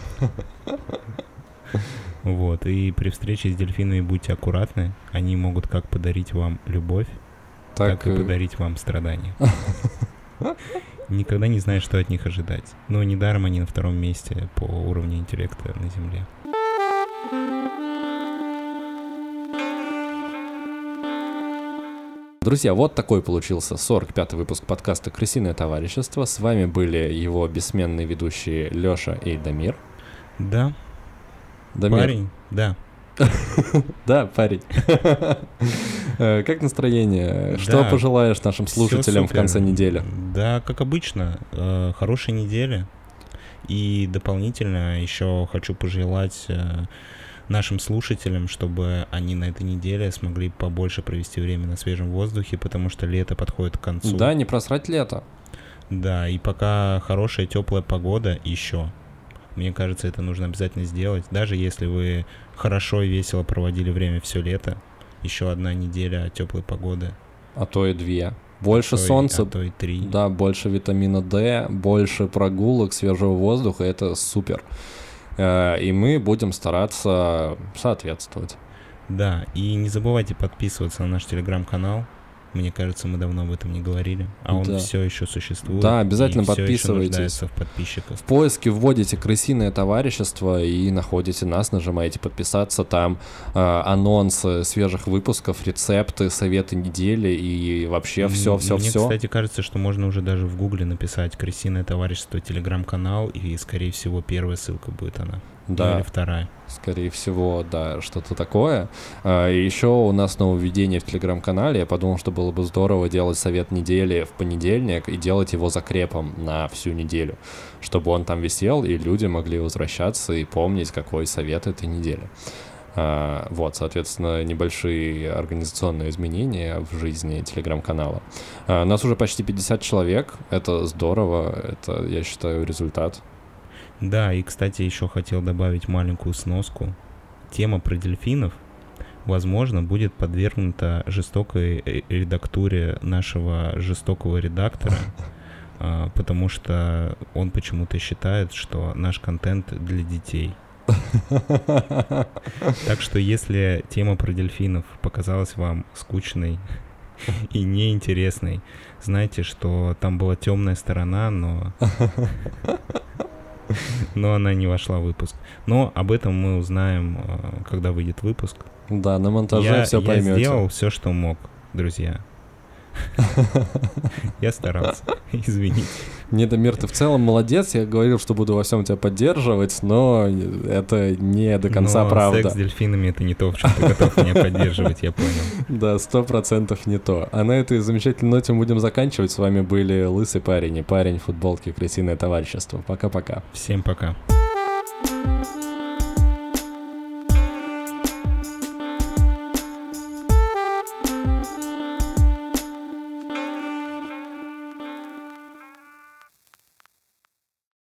Вот, и при встрече с дельфинами будьте аккуратны. Они могут как подарить вам любовь, так и подарить вам страдания. Никогда не знаешь, что от них ожидать. Но недаром они на 2-м месте по уровню интеллекта на Земле. Друзья, вот такой получился 45-й выпуск подкаста «Крысиное товарищество». С вами были его бессменные ведущие Лёша и Дамир. Да. Дамир. Парень, да. Да, парень. Как настроение? Что пожелаешь нашим слушателям в конце недели? Да, как обычно, хорошей недели. И дополнительно еще хочу пожелать нашим слушателям, чтобы они на этой неделе смогли побольше провести время на свежем воздухе, потому что лето подходит к концу. Да, не просрать лето. Да, и пока хорошая теплая погода еще. Мне кажется, это нужно обязательно сделать. Даже если вы хорошо и весело проводили время все лето, еще 1 неделя теплой погоды. А то и 2. Больше солнца, а то и 3. Да, больше витамина D, больше прогулок, свежего воздуха, это супер. И мы будем стараться соответствовать. Да, и не забывайте подписываться на наш телеграм-канал. Мне кажется, мы давно об этом не говорили, а он все еще существует. Да, обязательно подписывайтесь. Все еще нуждается в подписчиках. В поиске вводите «Крысиное товарищество» и находите нас, нажимаете «Подписаться». Там анонсы свежих выпусков, рецепты, советы недели и вообще все. Мне, кстати, кажется, что можно уже даже в гугле написать «Крысиное товарищество», телеграм-канал, и, скорее всего, первая ссылка будет она. Да. Или 2. Скорее всего, да, что-то такое. И еще у нас нововведение в Телеграм-канале. Я подумал, что было бы здорово делать совет недели в понедельник и делать его закрепом на всю неделю, чтобы он там висел, и люди могли возвращаться и помнить, какой совет этой недели. Вот, соответственно, небольшие организационные изменения в жизни Телеграм-канала. Нас уже почти 50 человек. Это здорово. Это, я считаю, результат. Да, и, кстати, еще хотел добавить маленькую сноску. Тема про дельфинов, возможно, будет подвергнута жестокой редактуре нашего жестокого редактора, потому что он почему-то считает, что наш контент для детей. Так что, если тема про дельфинов показалась вам скучной и неинтересной, знайте, что там была темная сторона, но она не вошла в выпуск. Но об этом мы узнаем, когда выйдет выпуск. Да, на монтаже все поймете. Я сделал все, что мог. друзья. Я старался, извините. Нет, Дамир, ты в целом молодец. Я говорил, что буду во всем тебя поддерживать, но это не до конца правда. Секс с дельфинами — это не то, в чем ты готов меня поддерживать, я понял. Да, 100% не то. А на этой замечательной ноте мы будем заканчивать. С вами были Лысый парень и парень в футболке «Крысиное товарищество». Пока-пока. Всем пока.